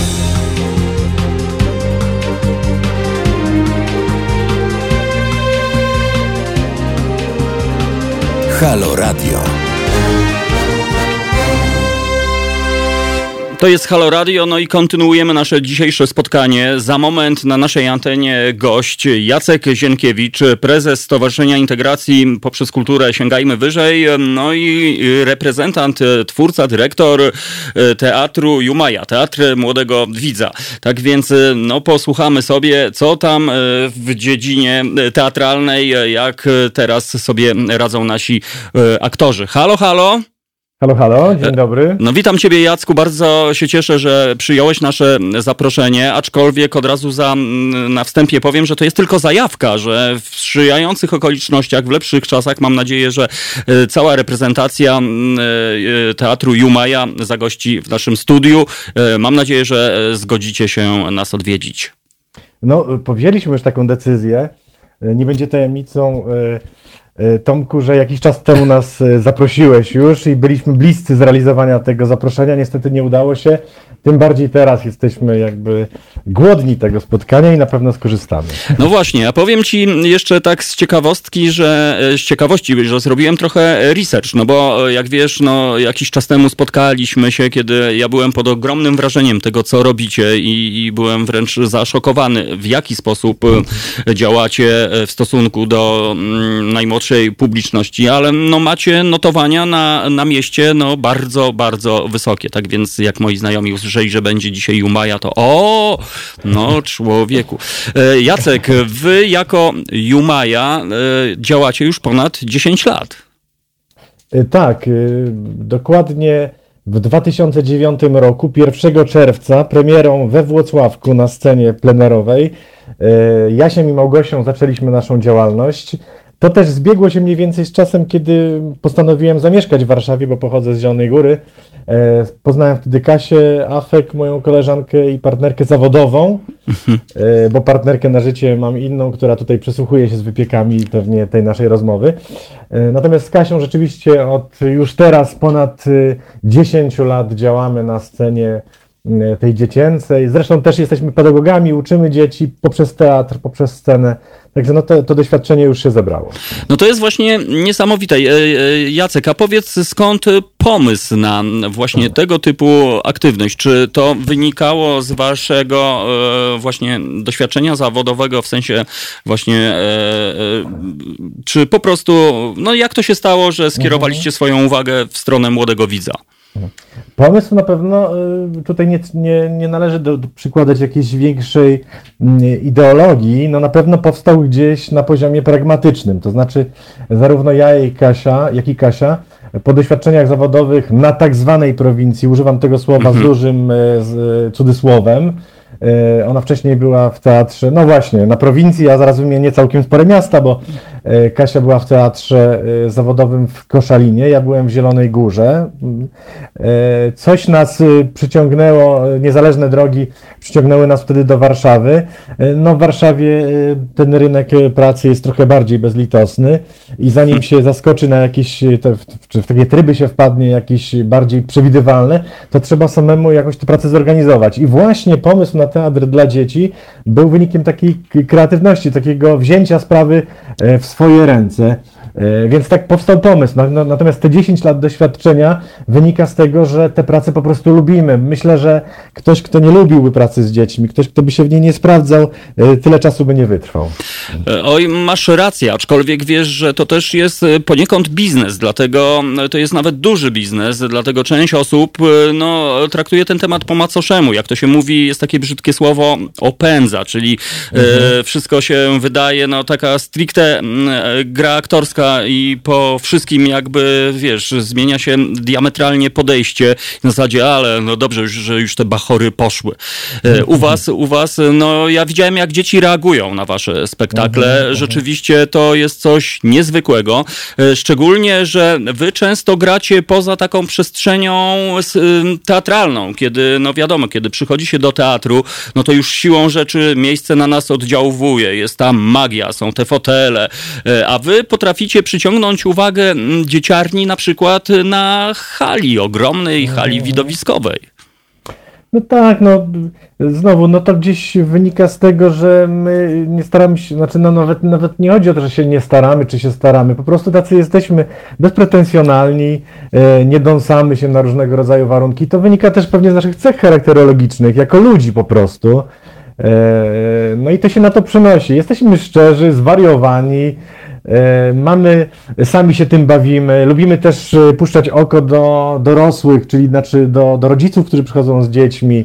Halo Radio. To jest Halo Radio, no i kontynuujemy nasze dzisiejsze spotkanie. Za moment na naszej antenie gość Jacek Zienkiewicz, prezes Stowarzyszenia Integracji poprzez Kulturę Sięgajmy Wyżej, no i reprezentant, twórca, dyrektor Teatru Jumaja, Teatr Młodego Widza. Tak więc no posłuchamy sobie, co tam w dziedzinie teatralnej, jak teraz sobie radzą nasi aktorzy. Halo, halo! Halo, halo, dzień dobry. No witam ciebie, Jacku, bardzo się cieszę, że przyjąłeś nasze zaproszenie, aczkolwiek od razu za, na wstępie powiem, że to jest tylko zajawka, że w sprzyjających okolicznościach, w lepszych czasach mam nadzieję, że cała reprezentacja Teatru Jumaja zagości w naszym studiu. Mam nadzieję, że zgodzicie się nas odwiedzić. No, podjęliśmy już taką decyzję. Nie będzie tajemnicą, Tomku, że jakiś czas temu nas zaprosiłeś już i byliśmy bliscy zrealizowania tego zaproszenia. Niestety nie udało się. Tym bardziej teraz jesteśmy jakby głodni tego spotkania i na pewno skorzystamy. No właśnie, a powiem ci jeszcze tak z ciekawostki, że z ciekawości, że zrobiłem trochę research, no bo jak wiesz, no jakiś czas temu spotkaliśmy się, kiedy ja byłem pod ogromnym wrażeniem tego, co robicie i, i byłem wręcz zaszokowany, w jaki sposób działacie w stosunku do najmłodszej publiczności, ale no macie notowania na, na mieście no bardzo, bardzo wysokie, tak więc jak moi znajomi usłyszeli, że będzie dzisiaj Jumaja, to o, no człowieku. Jacek, wy jako Jumaja działacie już ponad dziesięć lat. Tak, dokładnie w dwa tysiące dziewiątym roku, pierwszego czerwca, premierą we Włocławku na scenie plenerowej, Jasiem i Małgosią zaczęliśmy naszą działalność. To też zbiegło się mniej więcej z czasem, kiedy postanowiłem zamieszkać w Warszawie, bo pochodzę z Zielonej Góry. Poznałem wtedy Kasię Afek, moją koleżankę i partnerkę zawodową, bo partnerkę na życie mam inną, która tutaj przysłuchuje się z wypiekami pewnie tej naszej rozmowy. Natomiast z Kasią rzeczywiście od już teraz ponad dziesięć lat działamy na scenie tej dziecięcej. Zresztą też jesteśmy pedagogami, uczymy dzieci poprzez teatr, poprzez scenę. Także no to, to doświadczenie już się zebrało. No to jest właśnie niesamowite. Jacek, a powiedz, skąd pomysł na właśnie tego typu aktywność? Czy to wynikało z waszego właśnie doświadczenia zawodowego, w sensie właśnie, czy po prostu, no jak to się stało, że skierowaliście swoją uwagę w stronę młodego widza? Pomysł na pewno tutaj nie, nie, nie należy do, do przykładać jakiejś większej ideologii, no na pewno powstał gdzieś na poziomie pragmatycznym, to znaczy zarówno ja i Kasia, jak i Kasia po doświadczeniach zawodowych na tak zwanej prowincji, używam tego słowa z dużym z cudzysłowem, ona wcześniej była w teatrze, no właśnie, na prowincji, ja zaraz wymienię całkiem spore miasta, bo Kasia była w teatrze zawodowym w Koszalinie, ja byłem w Zielonej Górze. Coś nas przyciągnęło, niezależne drogi przyciągnęły nas wtedy do Warszawy. No w Warszawie ten rynek pracy jest trochę bardziej bezlitosny i zanim się zaskoczy na jakieś, te, czy w takie tryby się wpadnie jakieś bardziej przewidywalne, to trzeba samemu jakoś tę pracę zorganizować. I właśnie pomysł na teatr dla dzieci był wynikiem takiej kreatywności, takiego wzięcia sprawy w swoje ręce. Więc tak powstał pomysł. Natomiast te dziesięć lat doświadczenia wynika z tego, że tę pracę po prostu lubimy. Myślę, że ktoś, kto nie lubiłby pracy z dziećmi, ktoś, kto by się w niej nie sprawdzał, tyle czasu by nie wytrwał. Oj, masz rację, aczkolwiek wiesz, że to też jest poniekąd biznes, dlatego to jest nawet duży biznes, dlatego część osób no, traktuje ten temat po macoszemu. Jak to się mówi, jest takie brzydkie słowo opędza, czyli mhm. e, wszystko się wydaje, no taka stricte gra aktorska i po wszystkim jakby, wiesz, zmienia się diametralnie podejście na zasadzie, ale no dobrze, już, że już te bachory poszły. U was, u was, no ja widziałem, jak dzieci reagują na wasze spektakle. Rzeczywiście to jest coś niezwykłego. Szczególnie, że wy często gracie poza taką przestrzenią teatralną, kiedy, no wiadomo, kiedy przychodzi się do teatru, no to już siłą rzeczy miejsce na nas oddziałuje. Jest tam magia, są te fotele, a wy potraficie przyciągnąć uwagę dzieciarni na przykład na hali, ogromnej hali widowiskowej. No tak, no znowu, no to gdzieś wynika z tego, że my nie staramy się, znaczy no nawet, nawet nie chodzi o to, że się nie staramy, czy się staramy, po prostu tacy jesteśmy bezpretensjonalni, nie dąsamy się na różnego rodzaju warunki. To wynika też pewnie z naszych cech charakterologicznych, jako ludzi po prostu. No i to się na to przenosi. Jesteśmy szczerzy, zwariowani, mamy, sami się tym bawimy, lubimy też puszczać oko do dorosłych, czyli znaczy do, do rodziców, którzy przychodzą z dziećmi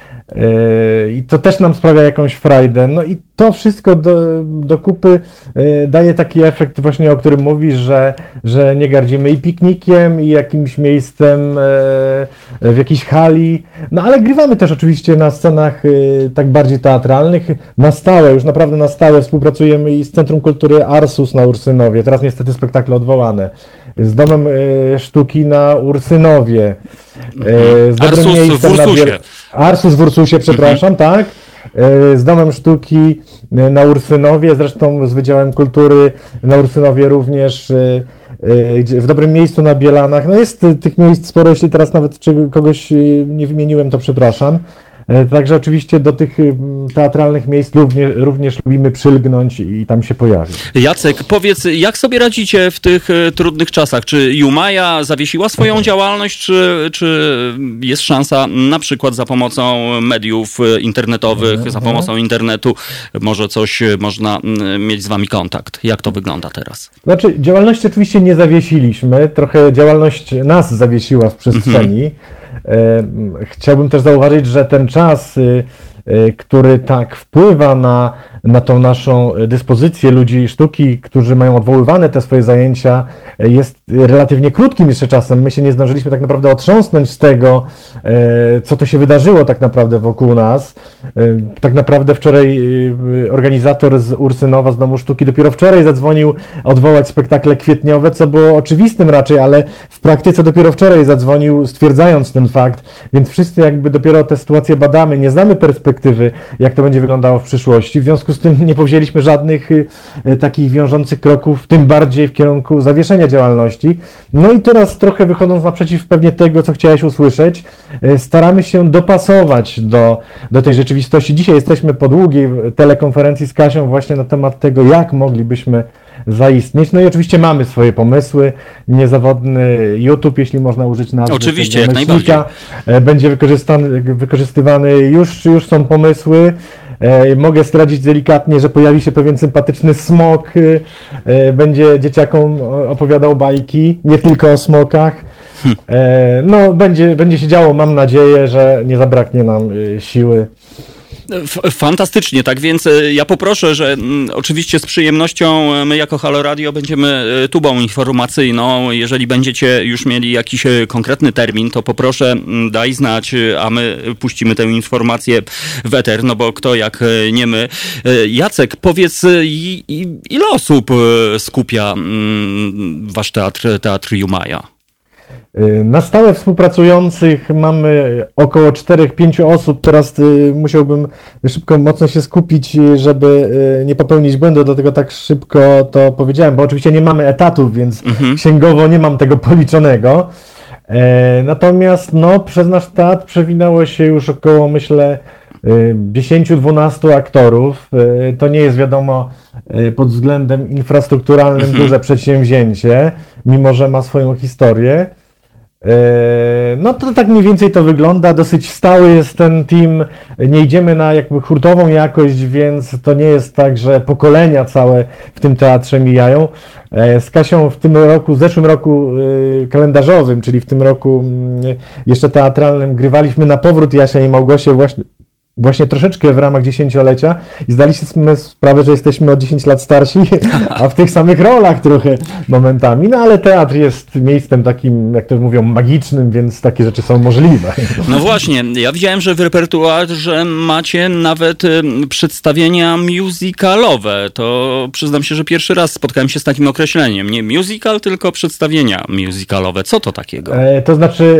i to też nam sprawia jakąś frajdę. No i to wszystko do, do kupy daje taki efekt właśnie, o którym mówisz, że, że nie gardzimy i piknikiem, i jakimś miejscem w jakiejś hali, no ale grywamy też oczywiście na scenach tak bardziej teatralnych, na stałe, już naprawdę na stałe współpracujemy i z Centrum Kultury Arsus na Ursynowie, teraz niestety spektakle odwołane, z Domem Sztuki na Ursynowie, z Arsus w Ursusie. Arsus w Ursusie, przepraszam, mhm. tak. Z Domem Sztuki na Ursynowie, zresztą z Wydziałem Kultury na Ursynowie również, w dobrym miejscu na Bielanach. No jest tych miejsc sporo, jeśli teraz nawet kogoś nie wymieniłem, to przepraszam. Także oczywiście do tych teatralnych miejsc również, również lubimy przylgnąć i tam się pojawić. Jacek, powiedz, jak sobie radzicie w tych trudnych czasach? Czy Jumaja zawiesiła swoją działalność, czy, czy jest szansa na przykład za pomocą mediów internetowych, za pomocą internetu, może coś można mieć z wami kontakt? Jak to wygląda teraz? Znaczy, działalności oczywiście nie zawiesiliśmy, trochę działalność nas zawiesiła w przestrzeni. Mhm. Chciałbym też zauważyć, że ten czas, który tak wpływa na, na tą naszą dyspozycję ludzi sztuki, którzy mają odwoływane te swoje zajęcia, jest relatywnie krótkim jeszcze czasem. My się nie zdążyliśmy tak naprawdę otrząsnąć z tego, co to się wydarzyło tak naprawdę wokół nas. Tak naprawdę wczoraj organizator z Ursynowa, z Domu Sztuki, dopiero wczoraj zadzwonił odwołać spektakle kwietniowe, co było oczywistym raczej, ale w praktyce dopiero wczoraj zadzwonił, stwierdzając ten fakt, więc wszyscy jakby dopiero tę sytuację badamy, nie znamy perspektywy, jak to będzie wyglądało w przyszłości, w związku z tym nie powzięliśmy żadnych y, takich wiążących kroków, tym bardziej w kierunku zawieszenia działalności. No i teraz trochę wychodząc naprzeciw pewnie tego, co chciałeś usłyszeć, y, staramy się dopasować do, do tej rzeczywistości. Dzisiaj jesteśmy po długiej telekonferencji z Kasią właśnie na temat tego, jak moglibyśmy zaistnieć. No i oczywiście mamy swoje pomysły. Niezawodny YouTube, jeśli można użyć nazwy. Oczywiście, jak myślnika, najbardziej. Będzie wykorzystany, wykorzystywany. Już, już są pomysły. Mogę zdradzić delikatnie, że pojawi się pewien sympatyczny smok. Będzie dzieciakom opowiadał bajki, nie tylko o smokach. No, będzie, będzie się działo. Mam nadzieję, że nie zabraknie nam siły. Fantastycznie, tak więc ja poproszę, że m, oczywiście z przyjemnością my jako Halo Radio będziemy tubą informacyjną. Jeżeli będziecie już mieli jakiś konkretny termin, to poproszę daj znać, a my puścimy tę informację w eter, no bo kto jak nie my. Jacek, powiedz, i, i, ile osób skupia m, wasz teatr, Teatr Jumaja? Na stałe współpracujących mamy około cztery pięć osób. Teraz y, musiałbym szybko, mocno się skupić, żeby y, nie popełnić błędu, dlatego tak szybko to powiedziałem, bo oczywiście nie mamy etatów, więc mhm. księgowo nie mam tego policzonego. E, natomiast no, przez nasz teatr przewinęło się już około, myślę, dziesięć dwanaście aktorów. Y, to nie jest, wiadomo, y, pod względem infrastrukturalnym mhm. duże przedsięwzięcie, mimo że ma swoją historię. No to tak mniej więcej to wygląda, dosyć stały jest ten team, nie idziemy na jakby hurtową jakość, więc to nie jest tak, że pokolenia całe w tym teatrze mijają. Z Kasią w tym roku, w zeszłym roku kalendarzowym, czyli w tym roku jeszcze teatralnym, grywaliśmy na powrót Jasia i Małgosię właśnie Właśnie troszeczkę w ramach dziesięciolecia i zdaliśmy sprawę, że jesteśmy o dziesięć lat starsi, a w tych samych rolach trochę momentami, no ale teatr jest miejscem takim, jak to mówią, magicznym, więc takie rzeczy są możliwe. No właśnie, ja widziałem, że w repertuarze macie nawet przedstawienia musicalowe. To przyznam się, że pierwszy raz spotkałem się z takim określeniem. Nie musical, tylko przedstawienia musicalowe. Co to takiego? E, to znaczy,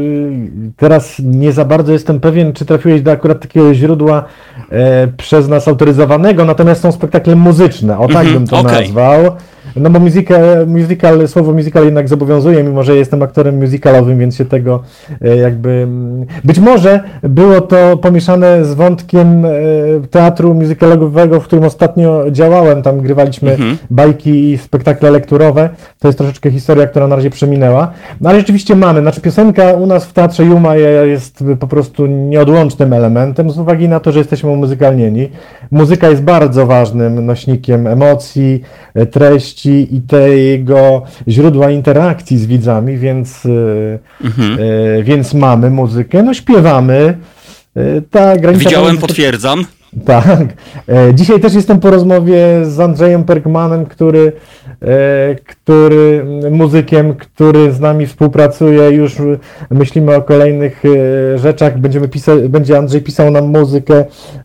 teraz nie za bardzo jestem pewien, czy trafiłeś do akurat takiego źródła e, przez nas autoryzowanego, natomiast są spektakle muzyczne, o tak mm-hmm, bym to okay. nazwał. No bo musical, musical, słowo musical jednak zobowiązuje, mimo że jestem aktorem musicalowym, więc się tego e, jakby... Być może było to pomieszane z wątkiem e, teatru musicalowego, w którym ostatnio działałem, tam grywaliśmy mm-hmm. bajki i spektakle lekturowe. To jest troszeczkę historia, która na razie przeminęła. No ale rzeczywiście mamy, znaczy piosenka u nas w Teatrze Jumaja jest po prostu nieodłącznym elementem, z uwagi na to, że jesteśmy umuzykalnieni. Muzyka jest bardzo ważnym nośnikiem emocji, treści i tego źródła interakcji z widzami, więc, mhm. e, więc mamy muzykę, no śpiewamy. E, ta granica Widziałem, to... potwierdzam. Tak. E, dzisiaj też jestem po rozmowie z Andrzejem Perkmanem, który, e, który muzykiem, który z nami współpracuje. Już myślimy o kolejnych e, rzeczach. Będziemy pisa- będzie Andrzej pisał nam muzykę.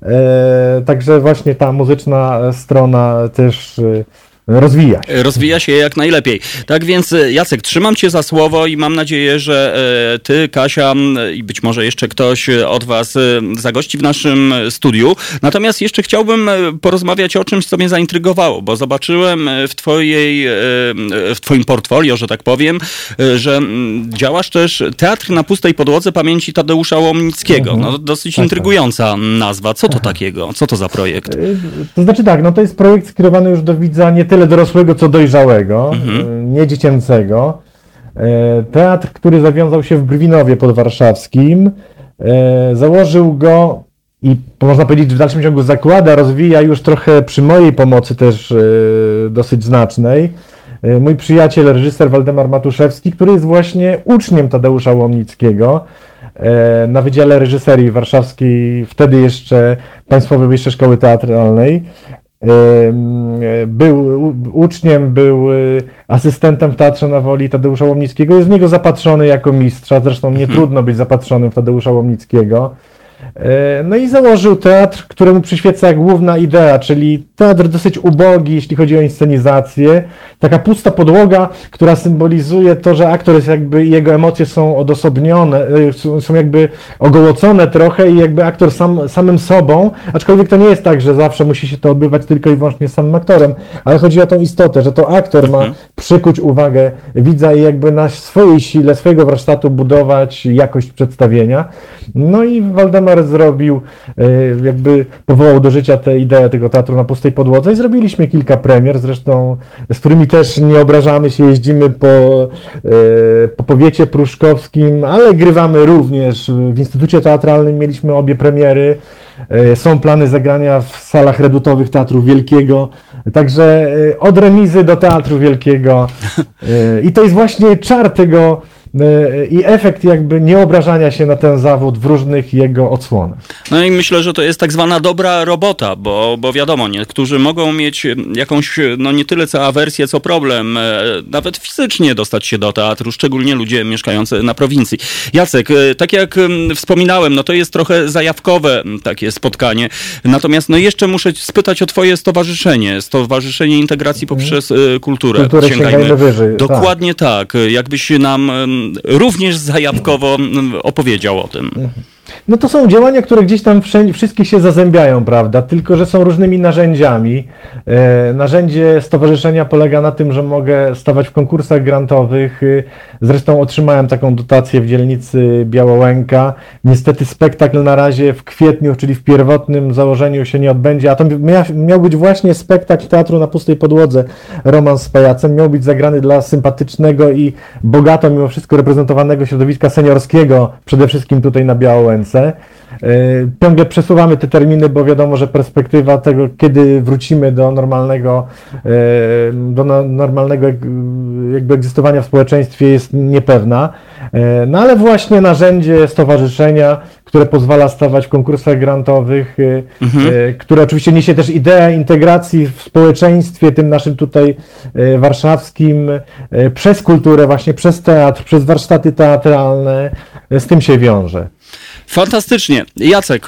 E, także właśnie ta muzyczna strona też e, rozwija się. Rozwija się jak najlepiej. Tak więc, Jacek, trzymam cię za słowo i mam nadzieję, że ty, Kasia i być może jeszcze ktoś od was zagości w naszym studiu. Natomiast jeszcze chciałbym porozmawiać o czymś, co mnie zaintrygowało, bo zobaczyłem w twojej, w twoim portfolio, że tak powiem, że działasz też Teatr na pustej podłodze pamięci Tadeusza Łomnickiego. Mhm. No, dosyć tak, intrygująca tak. nazwa. Co to Aha. takiego? Co to za projekt? To znaczy tak, no to jest projekt skierowany już do widza nie tyle dorosłego, co dojrzałego, mhm. nie dziecięcego. Teatr, który zawiązał się w Brwinowie podwarszawskim, założył go i można powiedzieć, że w dalszym ciągu zakłada, rozwija już trochę przy mojej pomocy też dosyć znacznej. Mój przyjaciel, reżyser Waldemar Matuszewski, który jest właśnie uczniem Tadeusza Łomnickiego. na Wydziale Reżyserii Warszawskiej, wtedy jeszcze Państwowej Wyższej Szkoły Teatralnej. Był uczniem, był asystentem w Teatrze na Woli Tadeusza Łomnickiego. Jest z niego zapatrzony jako mistrza, zresztą nie trudno być zapatrzonym w Tadeusza Łomnickiego. No i założył teatr, któremu przyświeca główna idea, czyli teatr dosyć ubogi, jeśli chodzi o inscenizację. Taka pusta podłoga, która symbolizuje to, że aktor jest jakby, jego emocje są odosobnione, są jakby ogołocone trochę i jakby aktor sam, samym sobą, aczkolwiek to nie jest tak, że zawsze musi się to odbywać tylko i wyłącznie z samym aktorem, ale chodzi o tą istotę, że to aktor ma przykuć uwagę widza i jakby na swojej sile, swojego warsztatu budować jakość przedstawienia. No i Waldemar zrobił, jakby powołał do życia tę ideę tego teatru na pustej podłodze i zrobiliśmy kilka premier, zresztą z którymi też nie obrażamy się, jeździmy po, po powiecie pruszkowskim, ale grywamy również w Instytucie Teatralnym, mieliśmy obie premiery, są plany zagrania w salach redutowych Teatru Wielkiego, także od remizy do Teatru Wielkiego i to jest właśnie czar tego i efekt jakby nieobrażania się na ten zawód w różnych jego odsłonach. No i myślę, że to jest tak zwana dobra robota, bo, bo wiadomo, niektórzy mogą mieć jakąś, no nie tyle co awersję, co problem, nawet fizycznie dostać się do teatru, szczególnie ludzie mieszkający na prowincji. Jacek, tak jak wspominałem, no to jest trochę zajawkowe takie spotkanie, natomiast no jeszcze muszę spytać o twoje stowarzyszenie, Stowarzyszenie Integracji poprzez Kulturę. Kulturę sięgajmy wyżej. Dokładnie tak. tak. Jakbyś nam również zajawkowo opowiedział o tym. No to są działania, które gdzieś tam wszędzie, wszystkie się zazębiają, prawda? Tylko że są różnymi narzędziami. E, narzędzie stowarzyszenia polega na tym, że mogę stawać w konkursach grantowych. Zresztą otrzymałem taką dotację w dzielnicy Białołęka. Niestety spektakl na razie w kwietniu, czyli w pierwotnym założeniu się nie odbędzie, a to mia, miał być właśnie spektakl teatru na pustej podłodze, Romans z pajacem. Miał być zagrany dla sympatycznego i bogato mimo wszystko reprezentowanego środowiska seniorskiego, przede wszystkim tutaj na Białołęce. Ciągle przesuwamy te terminy, bo wiadomo, że perspektywa tego, kiedy wrócimy do normalnego, do normalnego jakby egzystowania w społeczeństwie jest niepewna. No ale właśnie narzędzie stowarzyszenia, które pozwala stawać w konkursach grantowych, mhm. które oczywiście niesie też ideę integracji w społeczeństwie, tym naszym tutaj warszawskim, przez kulturę, właśnie przez teatr, przez warsztaty teatralne, z tym się wiąże. Fantastycznie. Jacek,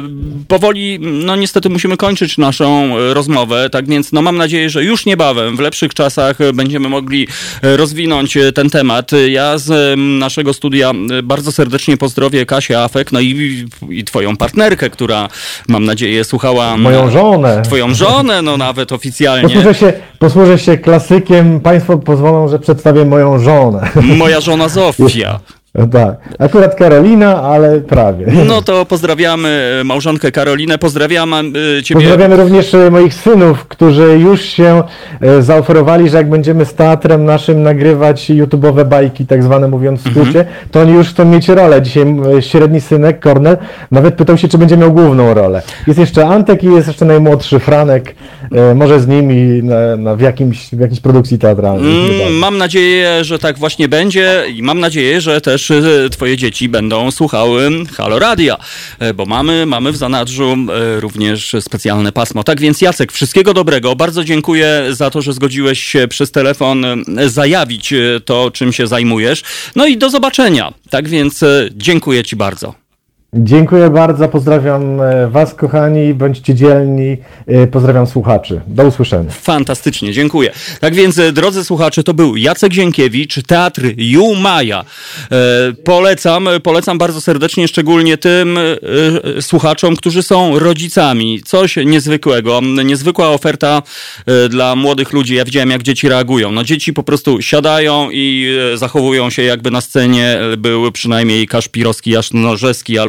powoli, no niestety musimy kończyć naszą rozmowę, tak więc no mam nadzieję, że już niebawem, w lepszych czasach będziemy mogli rozwinąć ten temat. Ja z naszego studia bardzo serdecznie pozdrowię Kasię Afek, no i, i twoją partnerkę, która mam nadzieję słuchała... Moją żonę. Twoją żonę, no nawet oficjalnie. Posłużę się, posłużę się klasykiem, państwo pozwolą, że przedstawię moją żonę. Moja żona Zofia. Tak, akurat Karolina, ale prawie. No to pozdrawiamy małżonkę Karolinę, pozdrawiamy ciebie. Pozdrawiamy również moich synów, którzy już się zaoferowali, że jak będziemy z teatrem naszym nagrywać YouTube'owe bajki, tak zwane mówiąc w skrócie, mm-hmm. to oni już chcą mieć rolę. Dzisiaj średni synek, Kornel, nawet pytał się, czy będzie miał główną rolę. Jest jeszcze Antek i jest jeszcze najmłodszy Franek, może z nimi na, na, w, jakimś, w jakiejś produkcji teatralnej. Mm, mam nadzieję, że tak właśnie będzie i mam nadzieję, że też twoje dzieci będą słuchały Halo Radia, bo mamy, mamy w zanadrzu również specjalne pasmo. Tak więc Jacek, wszystkiego dobrego. Bardzo dziękuję za to, że zgodziłeś się przez telefon zajawić to, czym się zajmujesz. No i do zobaczenia. Tak więc dziękuję ci bardzo. Dziękuję bardzo, pozdrawiam was kochani, bądźcie dzielni, pozdrawiam słuchaczy. Do usłyszenia. Fantastycznie, dziękuję. Tak więc, drodzy słuchacze, to był Jacek Zienkiewicz, Teatr Jumaja. E, polecam, polecam bardzo serdecznie, szczególnie tym e, słuchaczom, którzy są rodzicami. Coś niezwykłego, niezwykła oferta e, dla młodych ludzi. Ja widziałem, jak dzieci reagują. No dzieci po prostu siadają i e, zachowują się, jakby na scenie był przynajmniej Kaszpirowski, Jasnorzewski albo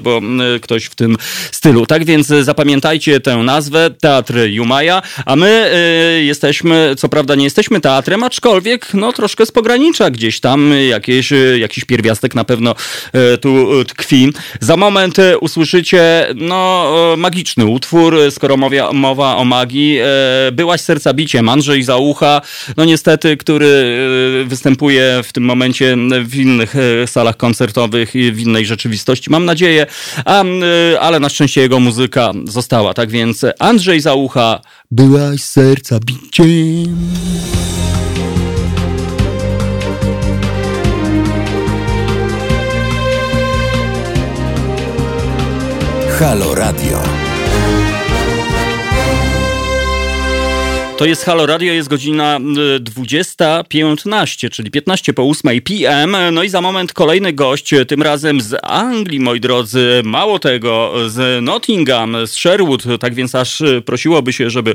albo ktoś w tym stylu. Tak więc zapamiętajcie tę nazwę, Teatr Jumaja, a my y, jesteśmy, co prawda nie jesteśmy teatrem, aczkolwiek no troszkę z pogranicza gdzieś tam, jakieś, jakiś pierwiastek na pewno y, tu tkwi. Za moment usłyszycie no magiczny utwór, skoro mowa, mowa o magii. Y, Byłaś serca biciem, Andrzej Załucha, no niestety, który y, występuje w tym momencie w innych y, salach koncertowych i w innej rzeczywistości, mam nadzieję, a, y, ale na szczęście jego muzyka została. Tak więc Andrzej Załucha, byłaś serca biciem. Halo Radio. To jest Halo Radio, jest godzina dwudziesta piętnaście, czyli piętnaście po ósmej p m. No i za moment kolejny gość, tym razem z Anglii, moi drodzy. Mało tego, z Nottingham, z Sherwood. Tak więc aż prosiłoby się, żeby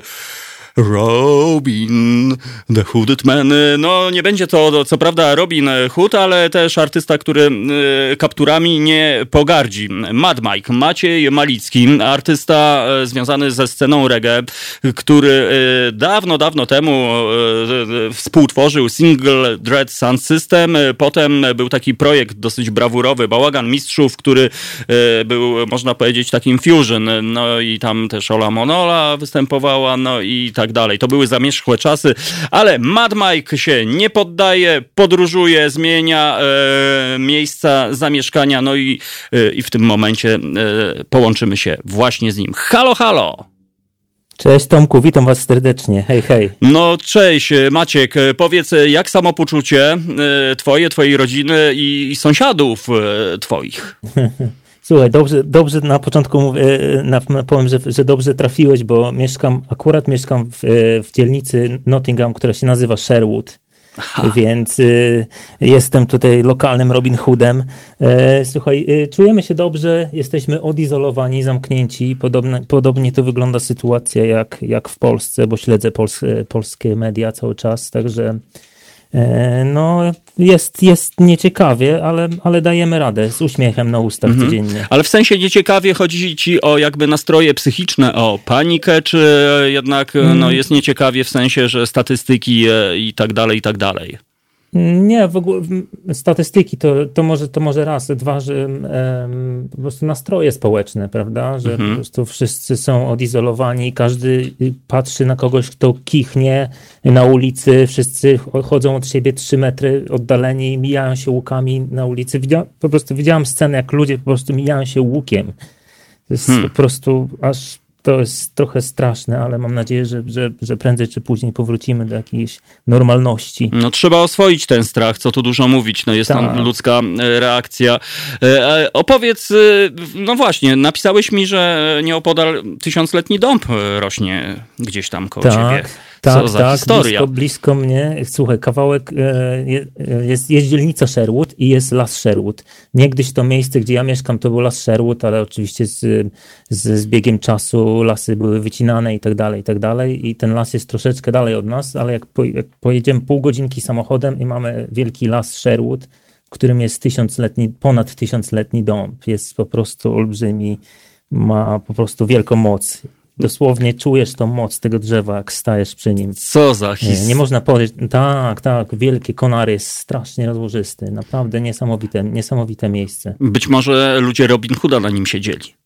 Robin, The Hooded Man. No nie będzie to co prawda Robin Hood, ale też artysta, który y, kapturami nie pogardzi. Mad Mike, Maciej Malicki, artysta y, związany ze sceną reggae, który y, dawno, dawno temu y, y, współtworzył single Dread Sound System. Potem był taki projekt dosyć brawurowy, Bałagan Mistrzów, który y, był, można powiedzieć, takim fusion. No i tam też Ola Monola występowała, no i tak dalej. To były zamierzchłe czasy, ale Mad Mike się nie poddaje, podróżuje, zmienia e, miejsca zamieszkania, no i, e, i w tym momencie e, połączymy się właśnie z nim. Halo, halo! Cześć Tomku, witam was serdecznie. Hej, hej. No cześć Maciek, powiedz, jak samopoczucie e, twoje, twojej rodziny i, i sąsiadów e, twoich? Słuchaj, dobrze, dobrze na początku mówię, na, powiem, że, że dobrze trafiłeś, bo mieszkam, akurat mieszkam w, w dzielnicy Nottingham, która się nazywa Sherwood. Aha. Więc y, jestem tutaj lokalnym Robin Hoodem. E, słuchaj, y, czujemy się dobrze, jesteśmy odizolowani, zamknięci. Podobne, podobnie to wygląda sytuacja jak, jak w Polsce, bo śledzę pols, polskie media cały czas, także no, jest, jest nieciekawie, ale, ale dajemy radę z uśmiechem na ustach mhm. codziennie. Ale w sensie nieciekawie chodzi ci o jakby nastroje psychiczne, o panikę, czy jednak mm. no, jest nieciekawie w sensie, że statystyki i tak dalej, i tak dalej? Nie, w ogóle statystyki to, to, może, to może raz, dwa, że um, po prostu nastroje społeczne, prawda, że mhm. po prostu wszyscy są odizolowani, każdy patrzy na kogoś, kto kichnie na ulicy, wszyscy chodzą od siebie trzy metry oddaleni, mijają się łukami na ulicy. Widzia, po prostu widziałam scenę, jak ludzie po prostu mijają się łukiem. To jest hmm. po prostu aż... To jest trochę straszne, ale mam nadzieję, że, że, że prędzej czy później powrócimy do jakiejś normalności. No trzeba oswoić ten strach, co tu dużo mówić, no jest Ta. tam ludzka reakcja. E, opowiedz, no właśnie, napisałeś mi, że nieopodal tysiącletni dąb rośnie gdzieś tam koło tak. ciebie. Tak, Co za tak, historia. blisko, blisko mnie. Słuchaj, kawałek, jest, jest dzielnica Sherwood i jest las Sherwood. Niegdyś to miejsce, gdzie ja mieszkam, to był las Sherwood, ale oczywiście z, z, z biegiem czasu lasy były wycinane i tak dalej, i tak dalej. I ten las jest troszeczkę dalej od nas, ale jak, po, jak pojedziemy pół godzinki samochodem i mamy wielki las Sherwood, w którym jest tysiącletni, ponad tysiącletni dąb. Jest po prostu olbrzymi, ma po prostu wielką moc. Dosłownie czujesz tą moc tego drzewa, jak stajesz przy nim. Co za his... Nie, nie można powiedzieć, tak, tak, wielkie konary, jest strasznie rozłożysty, naprawdę niesamowite, niesamowite miejsce. Być może ludzie Robin Hooda na nim siedzieli.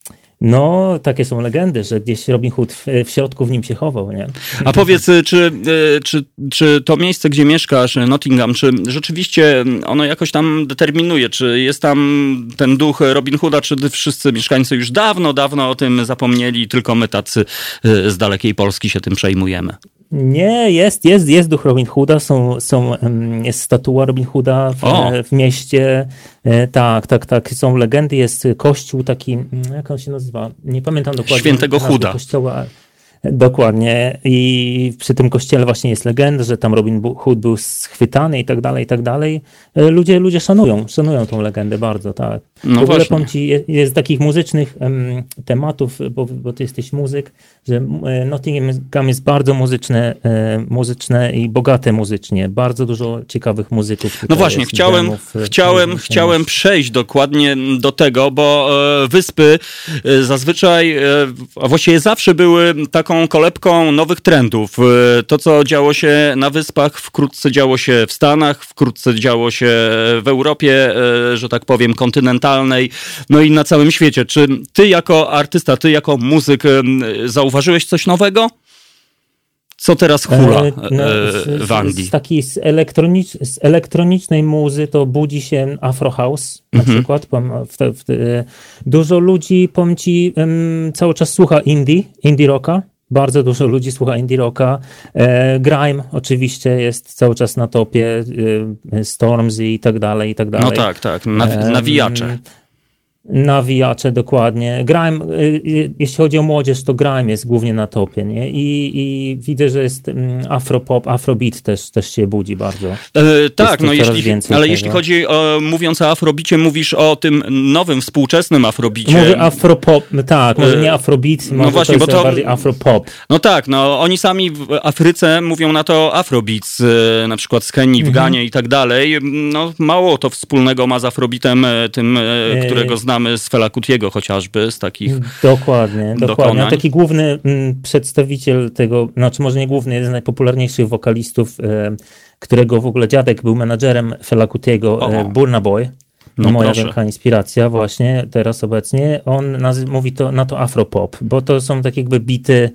No, takie są legendy, że gdzieś Robin Hood w, w środku w nim się chował, nie? A powiedz, czy, czy, czy to miejsce, gdzie mieszkasz, Nottingham, czy rzeczywiście ono jakoś tam determinuje, czy jest tam ten duch Robin Hooda, czy wszyscy mieszkańcy już dawno, dawno o tym zapomnieli, tylko my tacy z dalekiej Polski się tym przejmujemy? Nie, jest, jest, jest duch Robin Hooda, są, są, jest statua Robin Hooda w, w mieście, tak, tak, tak, są legendy, jest kościół taki, jak on się nazywa, nie pamiętam dokładnie. Świętego Hooda. Kościoła. Dokładnie. I przy tym kościele właśnie jest legenda, że tam Robin Hood był schwytany i tak dalej, i tak dalej. Ludzie, ludzie szanują, szanują tą legendę bardzo, tak. No w ogóle właśnie. powiem ci, jest, jest takich muzycznych um, tematów, bo, bo ty jesteś muzyk, że Nottingham jest bardzo muzyczne, e, muzyczne i bogate muzycznie. Bardzo dużo ciekawych muzyków. No właśnie, chciałem, dżemów, chciałem, chciałem przejść dokładnie do tego, bo e, wyspy e, zazwyczaj, e, a właściwie zawsze były taką kolebką nowych trendów. E, to, co działo się na wyspach, wkrótce działo się w Stanach, wkrótce działo się w Europie, e, że tak powiem, kontynentalnej, no i na całym świecie. Czy ty jako artysta, ty jako muzyk e, zauważyłeś coś nowego? Co teraz hula e, no, w Anglii? Z, z takiej z, elektronicz, z elektronicznej muzy to budzi się Afro House na Mhm. przykład. W te, w te, dużo ludzi, powiem ci, um, cały czas słucha indie, indie rocka. Bardzo dużo ludzi słucha indie rocka. E, grime oczywiście jest cały czas na topie. E, Stormzy i tak dalej, i tak dalej. No tak, tak. Nawi- nawijacze. Nawijacze, dokładnie. Grime, jeśli chodzi o młodzież, to grime jest głównie na topie, nie? I, i widzę, że jest afropop, afrobeat też, też się budzi bardzo. E, tak, no jeśli, ale tego. jeśli chodzi o, mówiąc o afrobicie, mówisz o tym nowym, współczesnym afrobicie. Mówię afropop, tak, może nie afrobeat, no może właśnie, to jest bo to bardziej afropop. No tak, no oni sami w Afryce mówią na to afrobeats, e, na przykład z Kenii, w Mhm. Ganie i tak dalej. No mało to wspólnego ma z afrobeatem, e, tym, e, którego znamy z Fela Kutiego chociażby, z takich Dokładnie, dokładnie. dokonań. A taki główny m, przedstawiciel tego, znaczy może nie główny, jeden z najpopularniejszych wokalistów, e, którego w ogóle dziadek był menadżerem Fela Kutiego, e, Burna Boy. No moja proszę. wielka inspiracja właśnie teraz obecnie. On nazy- mówi to, na to afropop, bo to są tak jakby bity,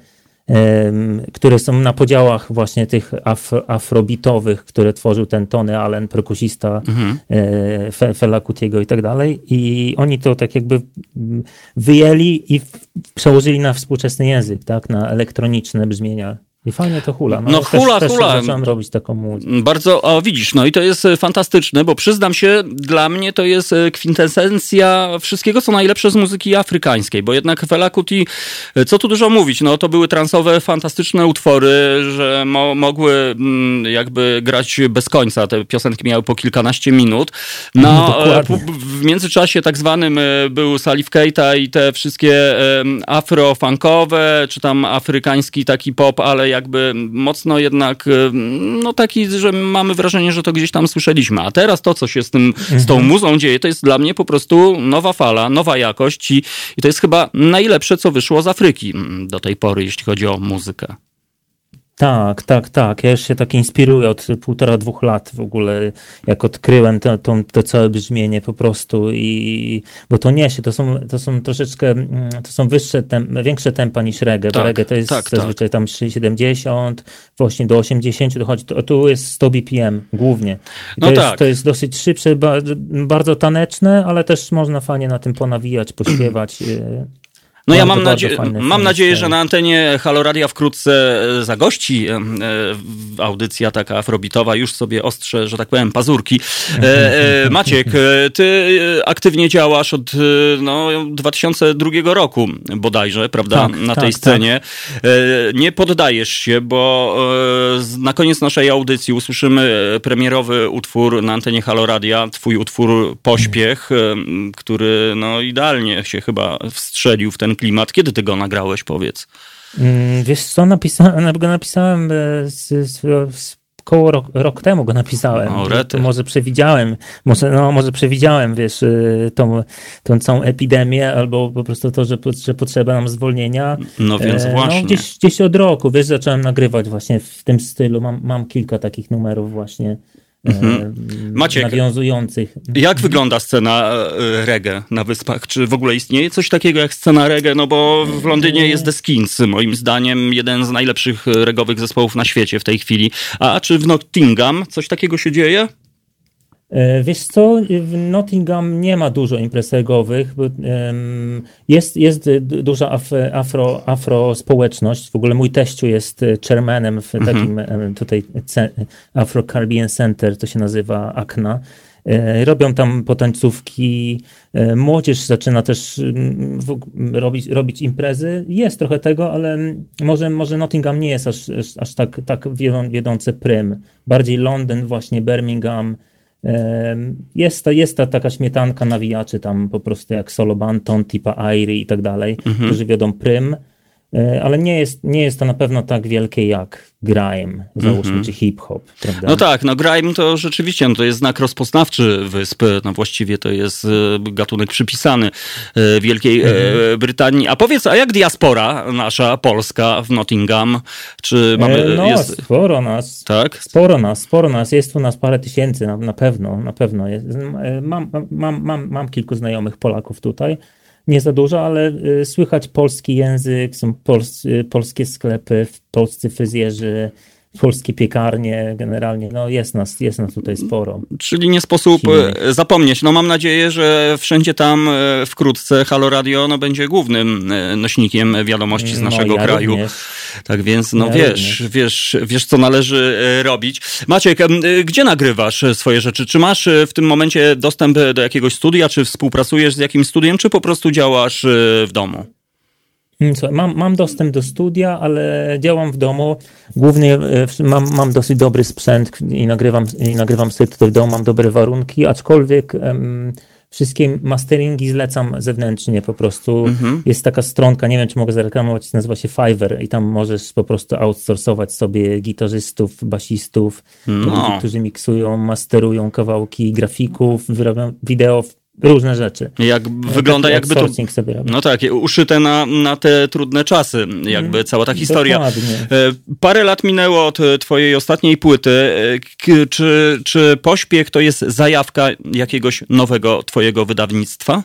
em, które są na podziałach właśnie tych af- afrobitowych, które tworzył ten Tony Allen, perkusista Mhm. e, Fe- Fela Kutiego i tak dalej. I oni to tak jakby mm, wyjęli i w- przełożyli na współczesny język, tak, na elektroniczne brzmienia. I fajnie to hula. No też, hula, też hula. zacząłem robić taką muzykę. Bardzo, o widzisz, no i to jest fantastyczne, bo przyznam się, dla mnie to jest kwintesencja wszystkiego, co najlepsze z muzyki afrykańskiej, bo jednak Fela Kuti, co tu dużo mówić, no to były transowe, fantastyczne utwory, że mo- mogły mm, jakby grać bez końca, te piosenki miały po kilkanaście minut. No, Dokładnie. e, w międzyczasie tak zwanym e, był Salif Keita i te wszystkie e, afrofunkowe, czy tam afrykański taki pop, ale jakby mocno jednak, no taki, że mamy wrażenie, że to gdzieś tam słyszeliśmy. A teraz to, co się z tym, z tą muzą dzieje, to jest dla mnie po prostu nowa fala, nowa jakość i, i to jest chyba najlepsze, co wyszło z Afryki do tej pory, jeśli chodzi o muzykę. Tak, tak, tak. Ja już się tak inspiruję od półtora, dwóch lat w ogóle, jak odkryłem to, to, to całe brzmienie po prostu i bo to niesie, to są, to są troszeczkę, to są wyższe, tem, większe tempa niż reggae, Tak, bo reggae to jest tak, zazwyczaj tam siedemdziesiąt, właśnie do osiemdziesiąt dochodzi, to, tu jest sto B P M głównie. I No to, tak. jest, to jest dosyć szybsze, ba, bardzo taneczne, ale też można fajnie na tym ponawijać, pośpiewać. No ja Bardzo, mam, bardzo nadzie- fajne, mam fajne nadzieję, styl. że na antenie Halo Radia wkrótce e, zagości e, e, audycja taka afrobitowa. Już sobie ostrze, że tak powiem, pazurki. E, e, Maciek, e, ty e, aktywnie działasz od e, no, dwa tysiące drugiego roku bodajże, prawda, Tak, na tak, tej scenie. E, nie poddajesz się, bo e, z- na koniec naszej audycji usłyszymy premierowy utwór na antenie Halo Radia, twój utwór Pośpiech, e, który no, idealnie się chyba wstrzelił w ten klimat. Kiedy ty go nagrałeś, powiedz? Mm, Wiesz co, napisałem, go napisałem e, z, z, z koło rok, rok temu go napisałem. O, To- rety. to może przewidziałem, może, no, może przewidziałem, wiesz, e, tą, tą całą epidemię, albo po prostu to, że, po- że potrzeba nam zwolnienia. No więc E, właśnie. No, gdzieś, gdzieś od roku, wiesz, zacząłem nagrywać właśnie w tym stylu. Mam, mam kilka takich numerów właśnie e, Maciek, nawiązujących. Jak wygląda scena e, reggae na Wyspach? Czy w ogóle istnieje coś takiego jak scena reggae? No bo w Londynie jest The Skins, moim zdaniem jeden z najlepszych reggae'owych zespołów na świecie w tej chwili. A czy w Nottingham coś takiego się dzieje? E, Wiesz co, w Nottingham nie ma dużo imprez regowych, bo, em, jest, jest d- duża af, afro, afro społeczność. W ogóle mój teściu jest e, chairmanem w takim em, tutaj ce- Afro Caribbean Center, to się nazywa A C N A. Robią tam potańcówki, młodzież zaczyna też robić, robić imprezy. Jest trochę tego, ale może, może Nottingham nie jest aż, aż tak, tak wiodące prym. Bardziej Londyn, właśnie Birmingham. Jest ta, jest ta taka śmietanka nawijaczy tam po prostu jak Solo Banton, Tipa Airy i tak dalej, mhm. którzy wiodą prym. Ale nie jest, nie jest to na pewno tak wielkie jak grime, załóżmy, mm-hmm. czy hip-hop, prawda? No tak, no grime to rzeczywiście, no to jest znak rozpoznawczy wysp, no właściwie to jest gatunek przypisany Wielkiej mm-hmm. Brytanii. A powiedz, a jak diaspora nasza, polska w Nottingham? Czy mamy... No, jest... sporo nas. Tak? Sporo nas, sporo nas. Jest tu nas parę tysięcy, na, na pewno, na pewno. Jest. Mam, mam, mam, mam kilku znajomych Polaków tutaj. Nie za dużo, ale y, słychać polski język, są pols, y, polskie sklepy, polscy fryzjerzy, polskie piekarnie, generalnie, no jest nas, jest nas tutaj sporo. Czyli nie sposób Silnych. zapomnieć. No mam nadzieję, że wszędzie tam wkrótce Halo Radio no, będzie głównym nośnikiem wiadomości z naszego no, ja kraju. Również. Tak więc, no ja wiesz, wiesz, wiesz, co należy robić. Maciek, gdzie nagrywasz swoje rzeczy? Czy masz w tym momencie dostęp do jakiegoś studia, czy współpracujesz z jakimś studiem, czy po prostu działasz w domu? Słuchaj, mam, mam dostęp do studia, ale działam w domu. Głównie mam, mam dosyć dobry sprzęt i nagrywam, i nagrywam sobie tutaj w domu, mam dobre warunki, aczkolwiek um, wszystkie masteringi zlecam zewnętrznie po prostu. Mhm. Jest taka stronka, nie wiem czy mogę zareklamować, nazywa się Fiverr i tam możesz po prostu outsourcować sobie gitarzystów, basistów, no. ludzi, którzy miksują, masterują kawałki, grafików, wyrabiają wideo, różne rzeczy. Jak wygląda jakby to, no tak, uszyte na, na te trudne czasy, jakby cała ta historia. Dokładnie. Parę lat minęło od twojej ostatniej płyty. Czy, czy Pośpiech to jest zajawka jakiegoś nowego twojego wydawnictwa?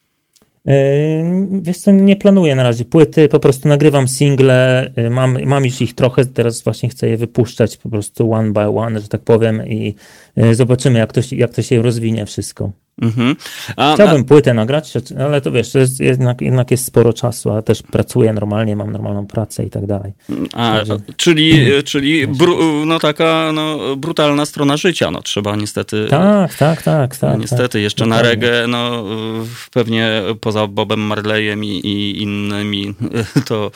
Wiesz co, nie planuję na razie płyty, po prostu nagrywam single, mam, mam już ich trochę, teraz właśnie chcę je wypuszczać po prostu one by one, że tak powiem i zobaczymy jak to, jak to się rozwinie wszystko. Mhm. A, Chciałbym a... płytę nagrać, ale to wiesz, to jest, jednak, jednak jest sporo czasu, a też pracuję normalnie, mam normalną pracę i tak dalej. A, Także... Czyli, czyli bru, no taka no, brutalna strona życia, no trzeba niestety... Tak, tak, tak. tak no, niestety tak, jeszcze dokładnie. Na reggae, no pewnie poza Bobem Marleyem i, i innymi, to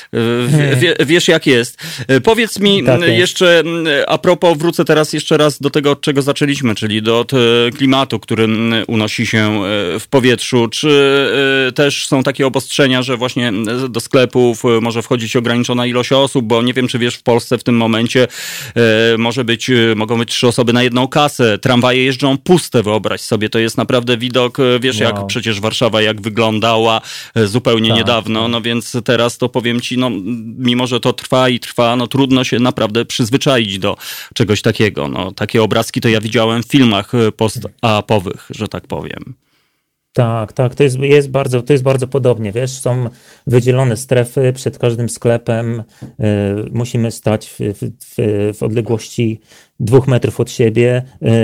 wie, wiesz jak jest. Powiedz mi tak jeszcze, a propos, wrócę teraz jeszcze raz do tego, od czego zaczęliśmy, czyli do klimatu, którym unosi się w powietrzu. Czy też są takie obostrzenia, że właśnie do sklepów może wchodzić ograniczona ilość osób, bo nie wiem, czy wiesz, w Polsce w tym momencie może być, mogą być trzy osoby na jedną kasę. Tramwaje jeżdżą puste, wyobraź sobie. To jest naprawdę widok, wiesz, wow. jak przecież Warszawa jak wyglądała zupełnie tak, niedawno. Tak. No więc teraz to powiem ci, no mimo, że to trwa i trwa, no trudno się naprawdę przyzwyczaić do czegoś takiego. No takie obrazki to ja widziałem w filmach post-apowych, że tak powiem. Tak, tak, to jest, jest bardzo, to jest bardzo podobnie, wiesz, są wydzielone strefy przed każdym sklepem, y, musimy stać w, w, w odległości dwóch metrów od siebie.